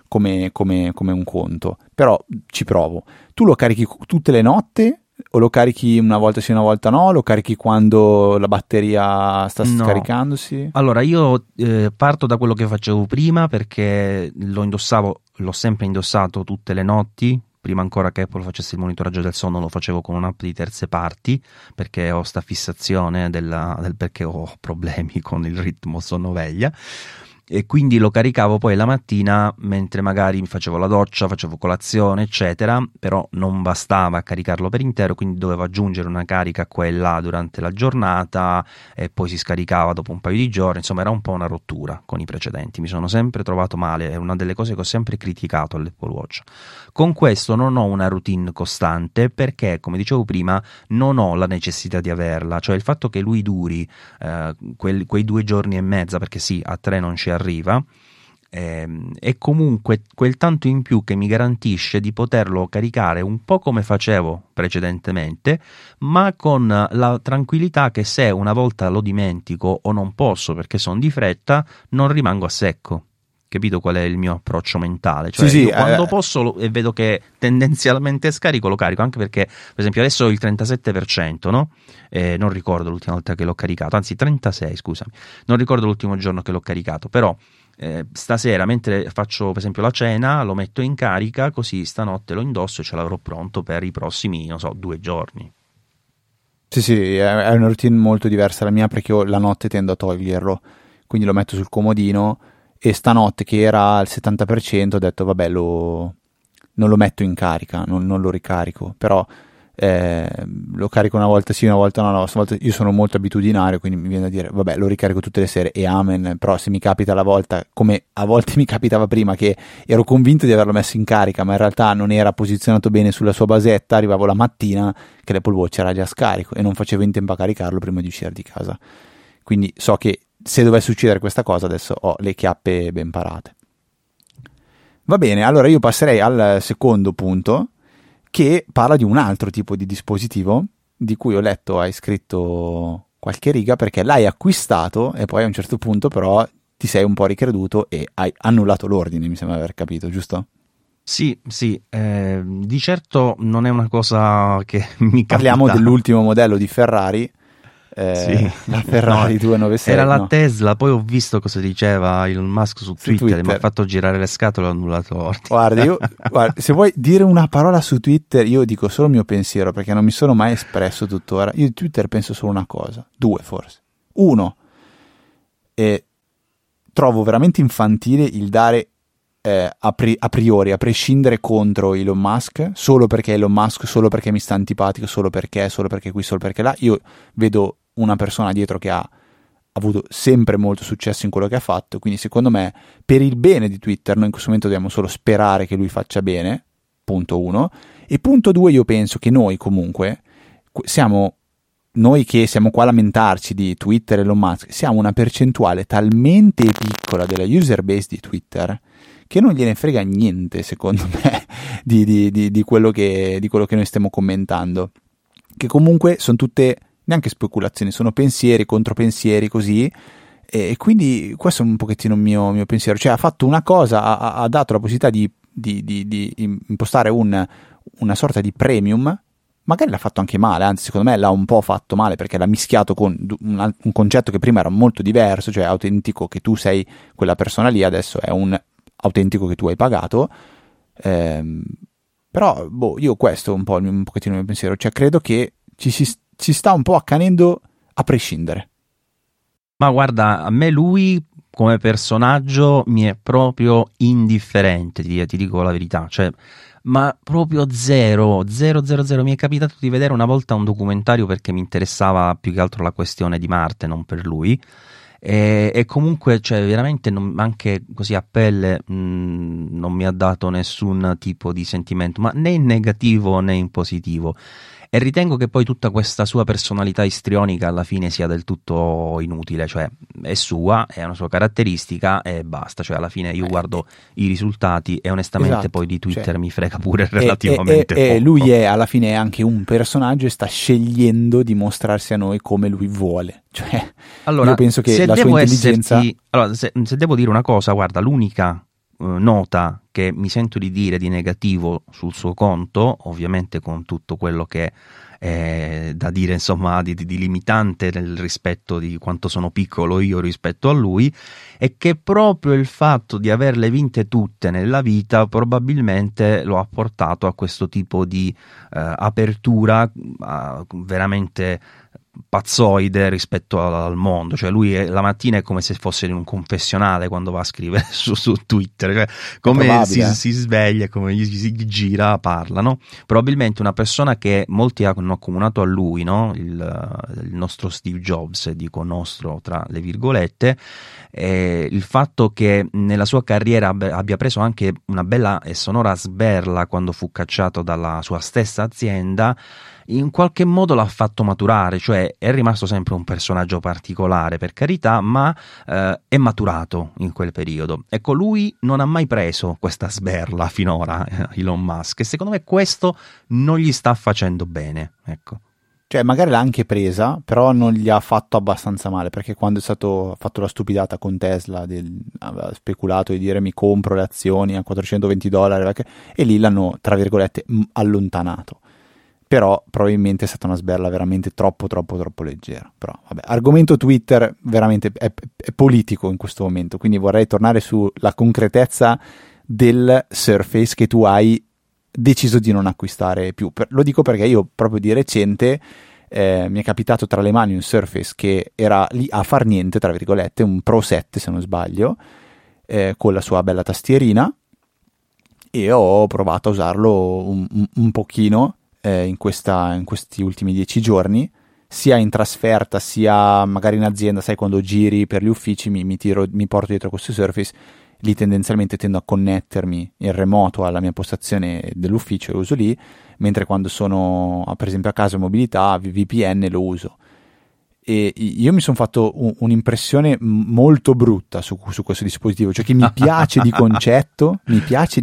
un conto. Però ci provo. Tu lo carichi tutte le notti? O lo carichi una volta sì, una volta no? Lo carichi quando la batteria sta scaricandosi? Allora, io parto da quello che facevo prima, perché l'ho sempre indossato tutte le notti. Prima ancora che Apple facesse il monitoraggio del sonno, lo facevo con un'app di terze parti, perché ho sta fissazione del perché ho problemi con il ritmo sonno-veglia. E quindi lo caricavo poi la mattina mentre magari mi facevo la doccia, facevo colazione, eccetera, però non bastava caricarlo per intero, quindi dovevo aggiungere una carica qua e là durante la giornata e poi si scaricava dopo un paio di giorni. Insomma, era un po' una rottura con i precedenti, mi sono sempre trovato male, è una delle cose che ho sempre criticato all'Apple Watch. Con questo non ho una routine costante, perché, come dicevo prima, non ho la necessità di averla, cioè il fatto che lui duri quei 2 giorni e mezza, perché sì, a 3 non ci arriva, e comunque quel tanto in più che mi garantisce di poterlo caricare un po' come facevo precedentemente, ma con la tranquillità che se una volta lo dimentico o non posso perché sono di fretta, non rimango a secco. Capito qual è il mio approccio mentale? Cioè, sì, io quando posso e vedo che tendenzialmente scarico, lo carico, anche perché, per esempio, adesso ho il 37%, no? Non ricordo l'ultima volta che l'ho caricato, anzi 36, scusami, non ricordo l'ultimo giorno che l'ho caricato, però stasera, mentre faccio per esempio la cena, lo metto in carica, così stanotte lo indosso e ce l'avrò pronto per i prossimi, non so, 2 giorni. Sì, è una routine molto diversa la mia, perché io la notte tendo a toglierlo, quindi lo metto sul comodino. E stanotte, che era al 70%, ho detto vabbè, non lo metto in carica, non lo ricarico. Però lo carico una volta sì, una volta no, stavolta io sono molto abitudinario, quindi mi viene da dire vabbè, lo ricarico tutte le sere e amen. Però se mi capita la volta, come a volte mi capitava prima, che ero convinto di averlo messo in carica ma in realtà non era posizionato bene sulla sua basetta, arrivavo la mattina che l'Apple Watch era già scarico e non facevo in tempo a caricarlo prima di uscire di casa. Quindi so che se dovesse succedere questa cosa adesso ho le chiappe ben parate. Va bene, allora io passerei al secondo punto, che parla di un altro tipo di dispositivo di cui ho letto, hai scritto qualche riga, perché l'hai acquistato e poi a un certo punto però ti sei un po' ricreduto e hai annullato l'ordine, mi sembra aver capito, giusto? Sì, di certo non è una cosa che mi Parliamo capita. dell'ultimo modello di Ferrari, Sì. la Ferrari 296. Era la no? Tesla, poi ho visto cosa diceva Elon Musk su Twitter, mi ha fatto girare le scatole e ho annullato l'ordine. Guarda, se vuoi dire una parola su Twitter, io dico solo il mio pensiero, perché non mi sono mai espresso tuttora. Io di Twitter penso solo una cosa, due forse. Uno, trovo veramente infantile il dare a priori, a prescindere, contro Elon Musk, solo perché Elon Musk, solo perché mi sta antipatico, solo perché qui, solo perché là. Io vedo una persona dietro che ha avuto sempre molto successo in quello che ha fatto, quindi secondo me per il bene di Twitter noi in questo momento dobbiamo solo sperare che lui faccia bene, punto uno. E punto due, io penso che noi comunque noi che siamo qua a lamentarci di Twitter e Elon Musk, siamo una percentuale talmente piccola della user base di Twitter che non gliene frega niente, secondo me, di quello che noi stiamo commentando, che comunque sono tutte neanche speculazioni, sono pensieri, contropensieri, così. E quindi questo è un pochettino il mio pensiero. Cioè ha fatto una cosa, ha dato la possibilità di impostare una sorta di premium. Magari l'ha fatto anche male, anzi secondo me l'ha un po' fatto male, perché l'ha mischiato con un concetto che prima era molto diverso, cioè autentico che tu sei quella persona lì, adesso è un autentico che tu hai pagato. Però io questo è un pochettino il mio pensiero, cioè credo che ci sta un po' accanendo a prescindere. Ma guarda, a me lui come personaggio mi è proprio indifferente, ti dico la verità, cioè, ma proprio zero. Mi è capitato di vedere una volta un documentario perché mi interessava più che altro la questione di Marte, non per lui. E comunque, cioè, veramente anche così a pelle non mi ha dato nessun tipo di sentimento, ma né in negativo né in positivo. E ritengo che poi tutta questa sua personalità istrionica alla fine sia del tutto inutile, cioè è sua, è una sua caratteristica e basta, cioè alla fine io guardo i risultati e onestamente esatto, poi di Twitter cioè, mi frega pure relativamente poco. E lui è alla fine anche un personaggio e sta scegliendo di mostrarsi a noi come lui vuole, cioè allora, io penso che la sua intelligenza... Allora, se devo dire una cosa, guarda, l'unica nota che mi sento di dire di negativo sul suo conto, ovviamente con tutto quello che è da dire, insomma, di limitante nel rispetto di quanto sono piccolo io rispetto a lui, è che proprio il fatto di averle vinte tutte nella vita probabilmente lo ha portato a questo tipo di apertura veramente pazzoide rispetto al mondo, cioè lui la mattina è come se fosse in un confessionale quando va a scrivere su Twitter, cioè, come si sveglia, come gli si gira, parla, no? Probabilmente una persona che molti hanno accomunato a lui, no? Il nostro Steve Jobs, dico nostro tra le virgolette, il fatto che nella sua carriera abbia preso anche una bella e sonora sberla quando fu cacciato dalla sua stessa azienda, in qualche modo l'ha fatto maturare, cioè è rimasto sempre un personaggio particolare, per carità, ma è maturato in quel periodo. Ecco, lui non ha mai preso questa sberla finora, Elon Musk, e secondo me questo non gli sta facendo bene, ecco. Cioè magari l'ha anche presa, però non gli ha fatto abbastanza male, perché quando ha fatto la stupidata con Tesla, aveva speculato di dire mi compro le azioni a $420, e lì l'hanno, tra virgolette, allontanato. Però probabilmente è stata una sberla veramente troppo leggera. Però vabbè, argomento Twitter veramente è politico in questo momento, quindi vorrei tornare sulla concretezza del Surface che tu hai deciso di non acquistare più. Lo dico perché io proprio di recente mi è capitato tra le mani un Surface che era lì a far niente, tra virgolette, un Pro 7 se non sbaglio, con la sua bella tastierina, e ho provato a usarlo un pochino. in questi ultimi 10 giorni, sia in trasferta sia magari in azienda. Sai, quando giri per gli uffici mi porto dietro questo Surface, lì tendenzialmente tendo a connettermi in remoto alla mia postazione dell'ufficio e lo uso lì, mentre quando sono per esempio a casa in mobilità VPN lo uso. E io mi sono fatto un'impressione molto brutta su questo dispositivo, cioè che mi piace di concetto, mi piace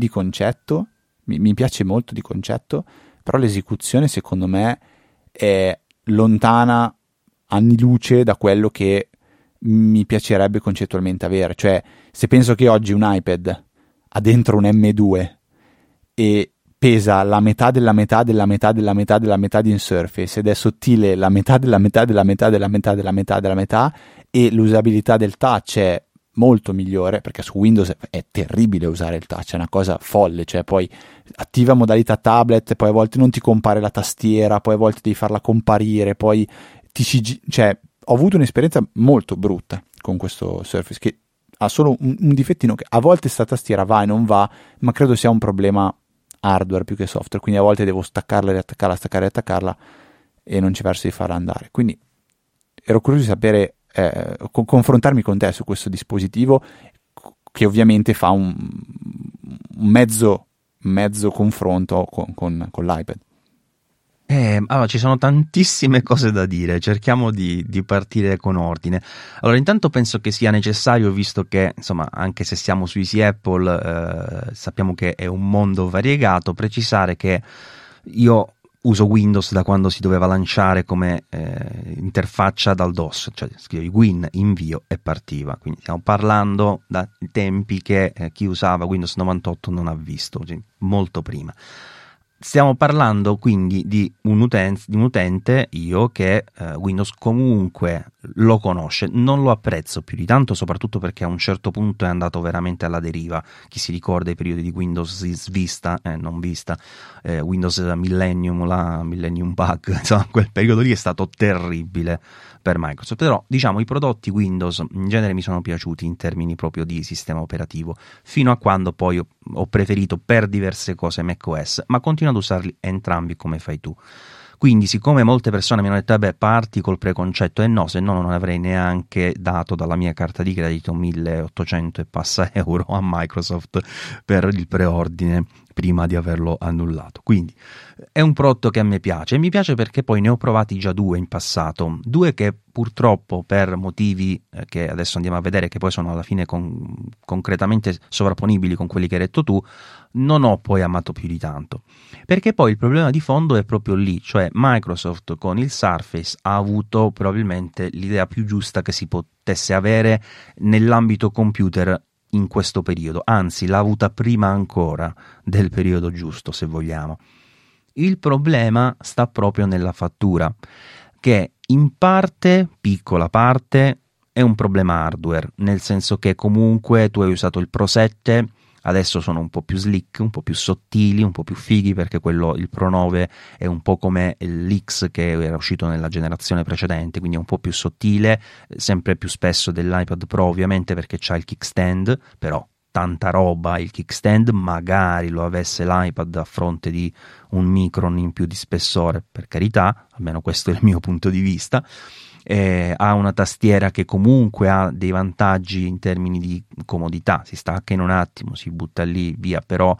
molto di concetto, però l'esecuzione secondo me è lontana anni luce da quello che mi piacerebbe concettualmente avere. Cioè, se penso che oggi un iPad ha dentro un M2 e pesa la metà della metà della metà della metà della metà di un Surface, ed è sottile la metà della metà della metà della metà della metà della metà, e l'usabilità del touch è molto migliore, perché su Windows è terribile usare il touch, è una cosa folle. Cioè, poi attiva modalità tablet, poi a volte non ti compare la tastiera, poi a volte devi farla comparire, poi cioè ho avuto un'esperienza molto brutta con questo Surface, che ha solo un difettino, che a volte sta tastiera va e non va, ma credo sia un problema hardware più che software, quindi a volte devo staccarla, riattaccarla, staccare e riattaccarla, e non c'è verso di farla andare. Quindi ero curioso di sapere, confrontarmi con te su questo dispositivo, che ovviamente fa un mezzo confronto con l'iPad. Allora, ci sono tantissime cose da dire, cerchiamo di partire con ordine. Allora, intanto penso che sia necessario, visto che, insomma, anche se siamo su Easy Apple, sappiamo che è un mondo variegato, precisare che io uso Windows da quando si doveva lanciare come interfaccia dal DOS, cioè scrivevi Win, invio e partiva. Quindi stiamo parlando da tempi che chi usava Windows 98 non ha visto, cioè molto prima. Stiamo parlando quindi di un utente, io, che Windows comunque lo conosce, non lo apprezzo più di tanto, soprattutto perché a un certo punto è andato veramente alla deriva. Chi si ricorda i periodi di Windows Vista, Windows Millennium Bug, insomma, quel periodo lì è stato terribile per Microsoft. Però, diciamo, i prodotti Windows in genere mi sono piaciuti in termini proprio di sistema operativo, fino a quando poi ho preferito per diverse cose macOS, ma continuo ad usarli entrambi come fai tu. Quindi, siccome molte persone mi hanno detto vabbè, parti col preconcetto, e no, se no non avrei neanche dato dalla mia carta di credito 1.800 e passa euro a Microsoft per il preordine prima di averlo annullato. Quindi è un prodotto che a me piace, e mi piace perché poi ne ho provati già due in passato, due che purtroppo per motivi che adesso andiamo a vedere, che poi sono alla fine concretamente sovrapponibili con quelli che hai detto tu, non ho poi amato più di tanto, perché poi il problema di fondo è proprio lì. Cioè, Microsoft con il Surface ha avuto probabilmente l'idea più giusta che si potesse avere nell'ambito computer in questo periodo, anzi l'ha avuta prima ancora del periodo giusto, se vogliamo. Il problema sta proprio nella fattura, che in parte, piccola parte, è un problema hardware, nel senso che comunque tu hai usato il Pro 7, adesso sono un po' più slick, un po' più sottili, un po' più fighi, perché il Pro 9 è un po' come l'X che era uscito nella generazione precedente, quindi è un po' più sottile, sempre più spesso dell'iPad Pro, ovviamente, perché c'ha il kickstand. Però tanta roba, il kickstand magari lo avesse l'iPad a fronte di un micron in più di spessore, per carità, almeno questo è il mio punto di vista. Ha una tastiera che comunque ha dei vantaggi in termini di comodità, si stacca in un attimo, si butta lì, via, però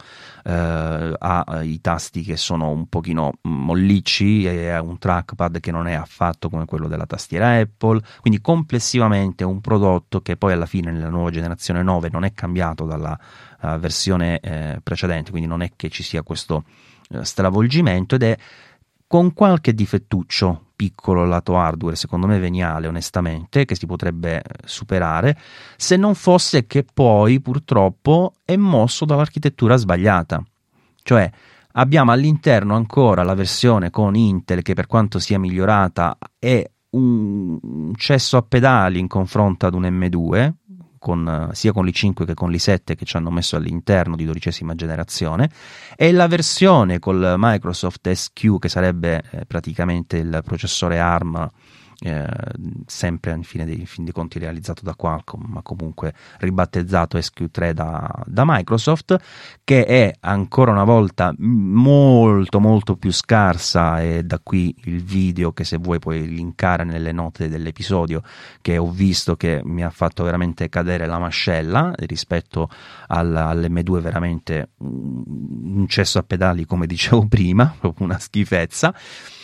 ha i tasti che sono un pochino mollicci, e ha un trackpad che non è affatto come quello della tastiera Apple. Quindi complessivamente è un prodotto che poi alla fine nella nuova generazione 9 non è cambiato dalla versione precedente, quindi non è che ci sia questo stravolgimento, ed è con qualche difettuccio piccolo lato hardware, secondo me veniale, onestamente, che si potrebbe superare, se non fosse che poi purtroppo è mosso dall'architettura sbagliata. Cioè, abbiamo all'interno ancora la versione con Intel, che per quanto sia migliorata è un cesso a pedali in confronto ad un M2, sia con l'i5 che con l'i7, che ci hanno messo all'interno di 12ª generazione, e la versione col Microsoft SQ, che sarebbe praticamente il processore ARM sempre in fin dei conti realizzato da Qualcomm, ma comunque ribattezzato SQ3 da Microsoft, che è ancora una volta molto molto più scarsa, e da qui il video che, se vuoi, puoi linkare nelle note dell'episodio, che ho visto, che mi ha fatto veramente cadere la mascella rispetto all'M2, veramente un cesso a pedali, come dicevo prima, proprio una schifezza.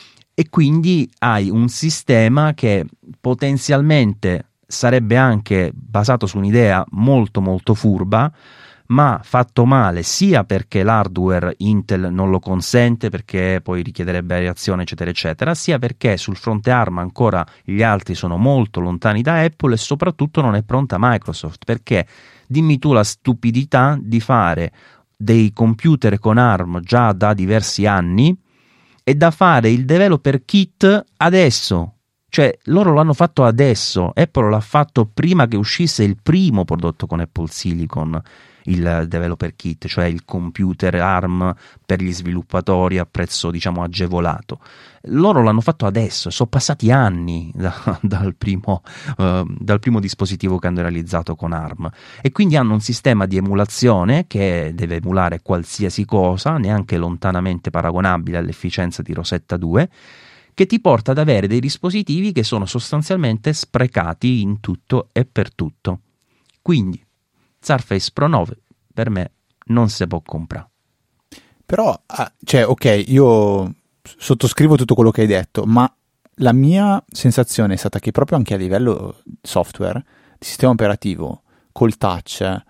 E quindi hai un sistema che potenzialmente sarebbe anche basato su un'idea molto molto furba, ma fatto male, sia perché l'hardware Intel non lo consente, perché poi richiederebbe reazione eccetera eccetera, sia perché sul fronte ARM ancora gli altri sono molto lontani da Apple, e soprattutto non è pronta Microsoft, perché dimmi tu la stupidità di fare dei computer con ARM già da diversi anni e da fare il developer kit adesso. Cioè, loro l'hanno fatto adesso, Apple l'ha fatto prima che uscisse il primo prodotto con Apple Silicon, il developer kit, cioè il computer ARM per gli sviluppatori a prezzo, diciamo, agevolato. Loro l'hanno fatto adesso, sono passati anni dal primo dispositivo che hanno realizzato con ARM, e quindi hanno un sistema di emulazione che deve emulare qualsiasi cosa, neanche lontanamente paragonabile all'efficienza di Rosetta 2, che ti porta ad avere dei dispositivi che sono sostanzialmente sprecati in tutto e per tutto. Quindi Surface Pro 9 per me non si può comprare. Però, cioè, ok, io sottoscrivo tutto quello che hai detto, ma la mia sensazione è stata che proprio anche a livello software, di sistema operativo, col touch,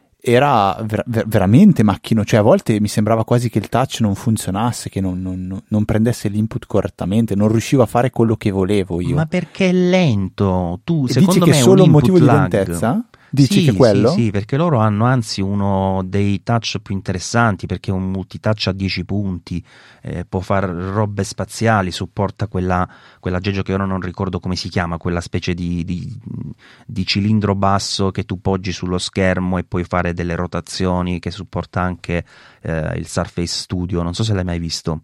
era veramente macchino. Cioè, a volte mi sembrava quasi che il touch non funzionasse, che non prendesse l'input correttamente, non riuscivo a fare quello che volevo io. Ma perché è lento? Tu, e secondo dici me, che è solo un motivo di lag. lentezza? Dici sì, che quello? Sì, perché loro hanno anzi uno dei touch più interessanti, perché è un multitouch a 10 punti, può fare robe spaziali, supporta quell'aggeggio che ora non ricordo come si chiama, quella specie di cilindro basso che tu poggi sullo schermo e puoi fare delle rotazioni, che supporta anche il Surface Studio, non so se l'hai mai visto.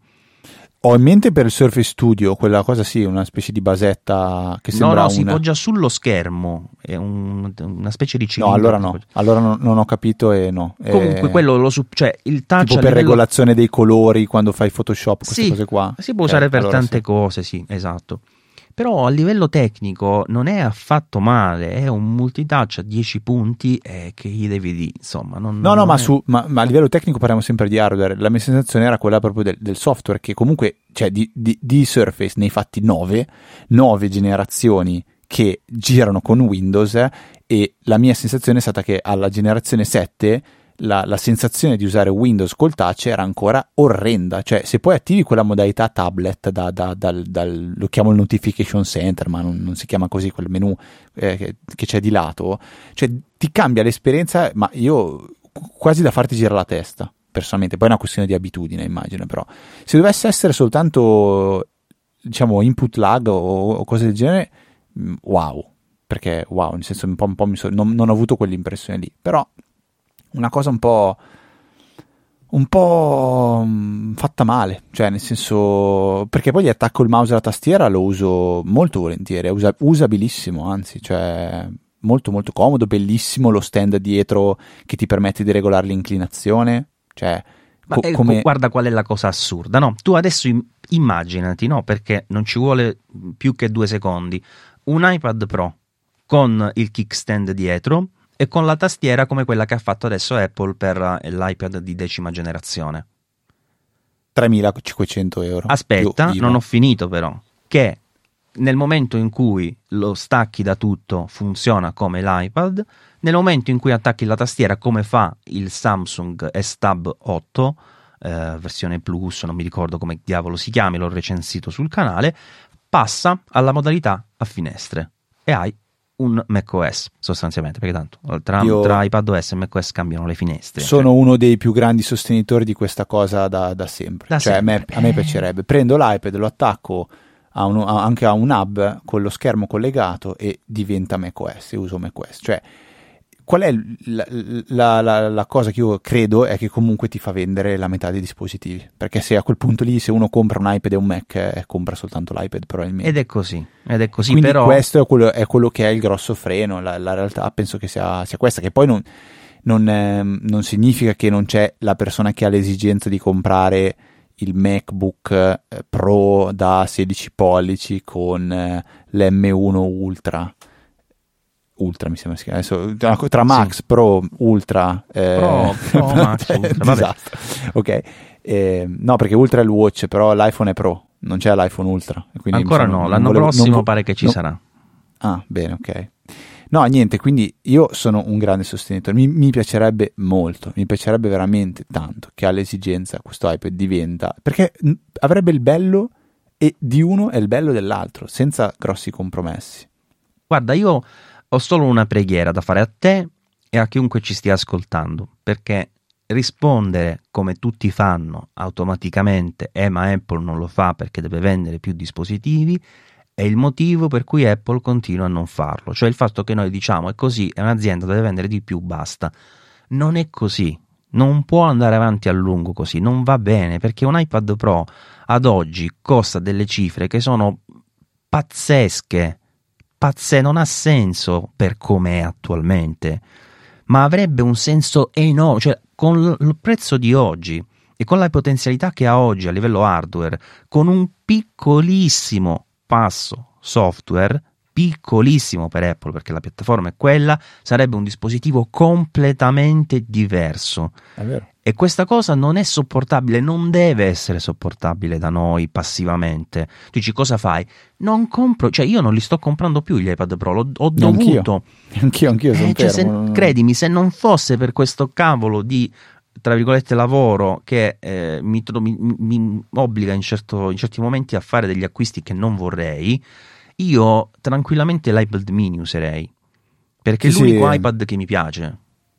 Ho in mente per il Surface Studio quella cosa, sì, una specie di basetta che sembra si poggia sullo schermo, è una specie di cilindro. No, allora non ho capito e no. Comunque quello cioè il touch tipo per regolazione dei colori quando fai Photoshop, queste cose qua. Si può usare per tante cose, sì, esatto. Però a livello tecnico non è affatto male, è un multitouch a 10 punti che gli devi dire, insomma. Ma a livello tecnico parliamo sempre di hardware. La mia sensazione era quella proprio del software, che comunque, cioè di Surface ne hai fatti 9 generazioni che girano con Windows, e la mia sensazione è stata che alla generazione 7 la sensazione di usare Windows col touch era ancora orrenda. Cioè, se poi attivi quella modalità tablet lo chiamo il notification center, ma non si chiama così quel menu che c'è di lato, cioè ti cambia l'esperienza, ma io quasi da farti girare la testa personalmente. Poi è una questione di abitudine, immagino. Però se dovesse essere soltanto, diciamo, input lag o cose del genere, wow, perché wow, nel senso un po' non ho avuto quell'impressione lì. Però una cosa un po' fatta male, cioè nel senso, perché poi gli attacco il mouse alla tastiera, lo uso molto volentieri, è usabilissimo, anzi, cioè molto molto comodo, bellissimo lo stand dietro che ti permette di regolare l'inclinazione, cioè come... Guarda qual è la cosa assurda, no? Tu adesso immaginati, no? Perché non ci vuole più che 2 secondi, un iPad Pro con il kickstand dietro e con la tastiera come quella che ha fatto adesso Apple per l'iPad di 10ª generazione. 3.500 euro. Aspetta, non ho finito però. Che nel momento in cui lo stacchi da tutto funziona come l'iPad, nel momento in cui attacchi la tastiera come fa il Samsung S-Tab 8, versione Plus, non mi ricordo come diavolo si chiami, l'ho recensito sul canale, passa alla modalità a finestre e hai un macOS sostanzialmente, perché tanto tra iPadOS e macOS cambiano le finestre. Sono uno dei più grandi sostenitori di questa cosa da sempre. A me piacerebbe. Prendo l'iPad, lo attacco anche a un hub con lo schermo collegato e diventa macOS, e uso macOS. Cioè, qual è la cosa che io credo è che comunque ti fa vendere la metà dei dispositivi, perché se a quel punto lì, se uno compra un iPad e un Mac, compra soltanto l'iPad probabilmente. Ed è così, Quindi però questo è quello che è il grosso freno. La realtà penso che sia questa, che poi non significa che non c'è la persona che ha l'esigenza di comprare il MacBook Pro da 16 pollici con l'M1 Ultra mi sembra si chiama adesso, tra Max, sì. Pro, Ultra Pro Max, Ultra, disastro. Ok, no, perché Ultra è il Watch, però l'iPhone è Pro, non c'è l'iPhone Ultra, quindi ancora no, l'anno prossimo pare che ci sarà. Ah, bene, ok. No, niente, quindi io sono un grande sostenitore, mi piacerebbe molto, mi piacerebbe veramente tanto che all'esigenza questo iPad diventa, perché avrebbe il bello e di uno e il bello dell'altro, senza grossi compromessi. Guarda, io ho solo una preghiera da fare a te e a chiunque ci stia ascoltando, perché rispondere come tutti fanno automaticamente, ma Apple non lo fa perché deve vendere più dispositivi, è il motivo per cui Apple continua a non farlo. Cioè il fatto che noi diciamo è così, è un'azienda, deve vendere di più, basta. Non è così, non può andare avanti a lungo così, non va bene, perché un iPad Pro ad oggi costa delle cifre che sono pazzesche, non ha senso per come è attualmente, ma avrebbe un senso enorme, cioè con il prezzo di oggi e con la potenzialità che ha oggi a livello hardware, con un piccolissimo passo software, piccolissimo per Apple perché la piattaforma è quella, sarebbe un dispositivo completamente diverso. È vero. E questa cosa non è sopportabile, non deve essere sopportabile da noi passivamente. Tu dici cosa fai? Non compro, cioè io non li sto comprando più gli iPad Pro, ho dovuto. Anch'io sono cioè credimi, se non fosse per questo cavolo di tra virgolette lavoro che mi obbliga in certi momenti a fare degli acquisti che non vorrei, io tranquillamente l'iPad mini userei, perché è l'unico iPad che mi piace.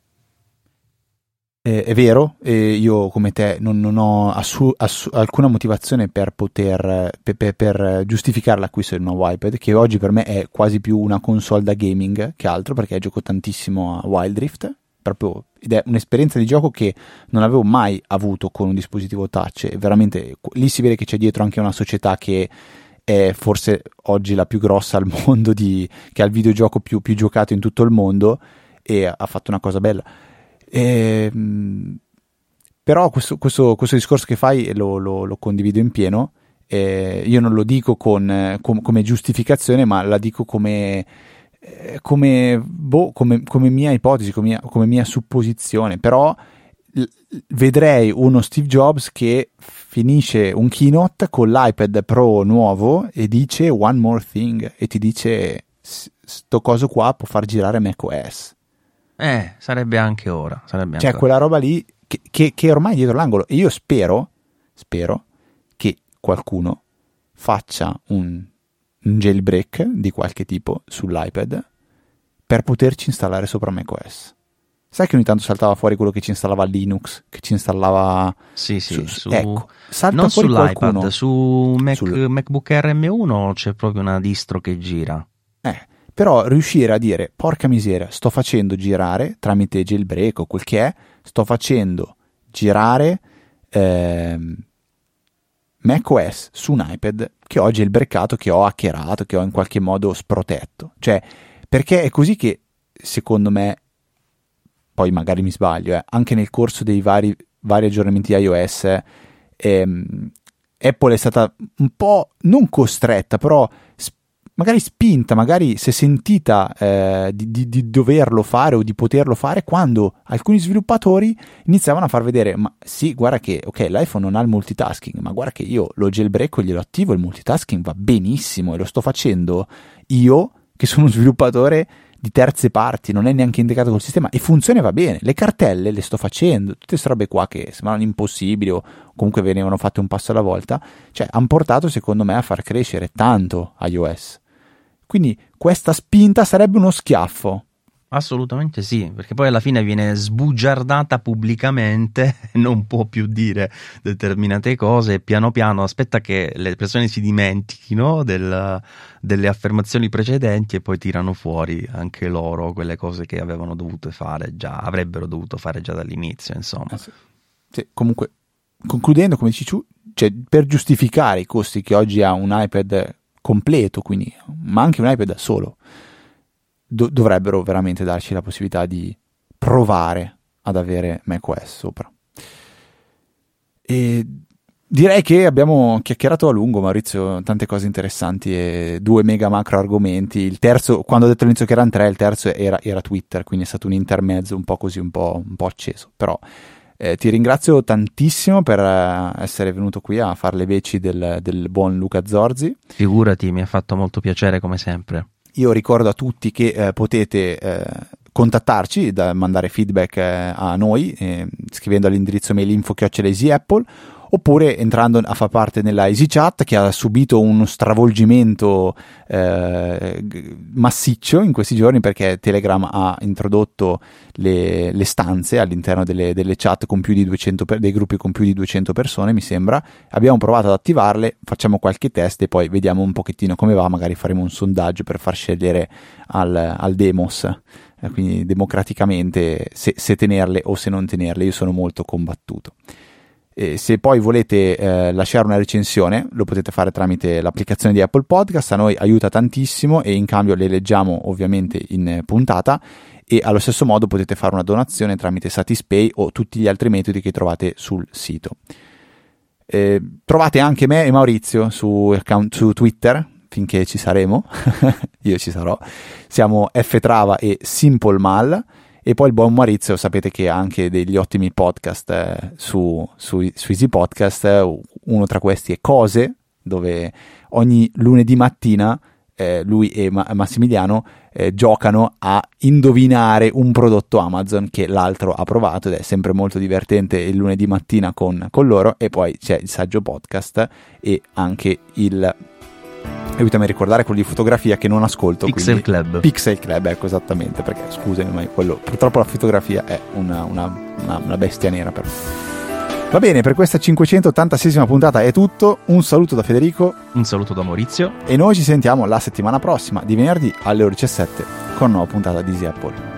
È vero, io come te non ho alcuna motivazione per poter per giustificare l'acquisto del nuovo iPad, che oggi per me è quasi più una console da gaming che altro, perché gioco tantissimo a Wild Rift, proprio, ed è un'esperienza di gioco che non avevo mai avuto con un dispositivo touch, e veramente lì si vede che c'è dietro anche una società che è forse oggi la più grossa al mondo, che ha il videogioco più giocato in tutto il mondo, e ha fatto una cosa bella. Però questo discorso che fai lo condivido in pieno. Io non lo dico come giustificazione, ma la dico come mia ipotesi, come mia supposizione. Però vedrei uno Steve Jobs che finisce un keynote con l'iPad Pro nuovo e dice one more thing, e ti dice sto coso qua può far girare macOS. Sarebbe anche ora. Cioè quella roba lì che è ormai dietro l'angolo. E io spero che qualcuno faccia un jailbreak di qualche tipo sull'iPad per poterci installare sopra macOS. Sai che ogni tanto saltava fuori quello che ci installava Linux, che ci installava... Sì, ecco, salta non fuori sull'iPad, qualcuno. su MacBook Air M1 c'è proprio una distro che gira. Però riuscire a dire, porca miseria, sto facendo girare tramite jailbreak o quel che è, sto facendo girare macOS su un iPad che ho jailbreakato, che ho hackerato, che ho in qualche modo sprotetto. Cioè, perché è così che, secondo me, poi magari mi sbaglio, anche nel corso dei vari aggiornamenti di iOS, Apple è stata un po' non costretta, però magari spinta, magari si è sentita di doverlo fare o di poterlo fare, quando alcuni sviluppatori iniziavano a far vedere, ma sì, guarda che ok, l'iPhone non ha il multitasking, ma guarda che io lo jailbreako e glielo attivo, il multitasking va benissimo e lo sto facendo io che sono un sviluppatore di terze parti, non è neanche integrato col sistema e funziona, va bene, le cartelle le sto facendo, tutte queste robe qua che sembravano impossibili o comunque venivano fatte un passo alla volta, cioè hanno portato secondo me a far crescere tanto iOS. Quindi questa spinta sarebbe uno schiaffo Assolutamente sì, perché poi alla fine viene sbugiardata pubblicamente, non può più dire determinate cose e piano piano aspetta che le persone si dimentichino delle affermazioni precedenti e poi tirano fuori anche loro quelle cose che avrebbero dovuto fare già dall'inizio, insomma. Sì. Sì, comunque, concludendo, come dici tu, cioè, per giustificare i costi che oggi ha un iPad completo, quindi, ma anche un iPad da solo, dovrebbero veramente darci la possibilità di provare ad avere macOS sopra. E direi che abbiamo chiacchierato a lungo, Maurizio, tante cose interessanti e 2 mega macro argomenti. Il terzo, quando ho detto all'inizio che erano 3, il terzo era Twitter, quindi è stato un intermezzo un po' così, un po' acceso, però ti ringrazio tantissimo per essere venuto qui a fare le veci del buon Luca Zorzi. Figurati, mi ha fatto molto piacere come sempre. Io ricordo a tutti che potete contattarci, mandare feedback a noi scrivendo all'indirizzo mail info@easyapple, oppure entrando a far parte nella EasyChat, che ha subito uno stravolgimento massiccio in questi giorni, perché Telegram ha introdotto le stanze all'interno delle chat con più di 200 dei gruppi con più di 200 persone, mi sembra. Abbiamo provato ad attivarle, facciamo qualche test e poi vediamo un pochettino come va. Magari faremo un sondaggio per far scegliere al demos, quindi democraticamente se tenerle o se non tenerle. Io sono molto combattuto. Se poi volete lasciare una recensione, lo potete fare tramite l'applicazione di Apple Podcast. A noi aiuta tantissimo e in cambio le leggiamo ovviamente in puntata, e allo stesso modo potete fare una donazione tramite Satispay o tutti gli altri metodi che trovate sul sito. Trovate anche me e Maurizio su Twitter, finché ci saremo. Io ci sarò. Siamo Ftrava e SimpleMal. E poi il buon Maurizio, sapete che ha anche degli ottimi podcast su Easy Podcast. Uno tra questi è Cose, dove ogni lunedì mattina lui e Massimiliano giocano a indovinare un prodotto Amazon che l'altro ha provato, ed è sempre molto divertente il lunedì mattina con loro. E poi c'è il saggio podcast e anche aiutami a ricordare quello di fotografia che non ascolto. Pixel Club, ecco, esattamente, perché scusami, ma purtroppo la fotografia è una bestia nera per me. Va bene, per questa 586esima puntata è tutto. Un saluto da Federico, un saluto da Maurizio, e noi ci sentiamo la settimana prossima di venerdì alle ore 17 con una nuova puntata di Easy Apple.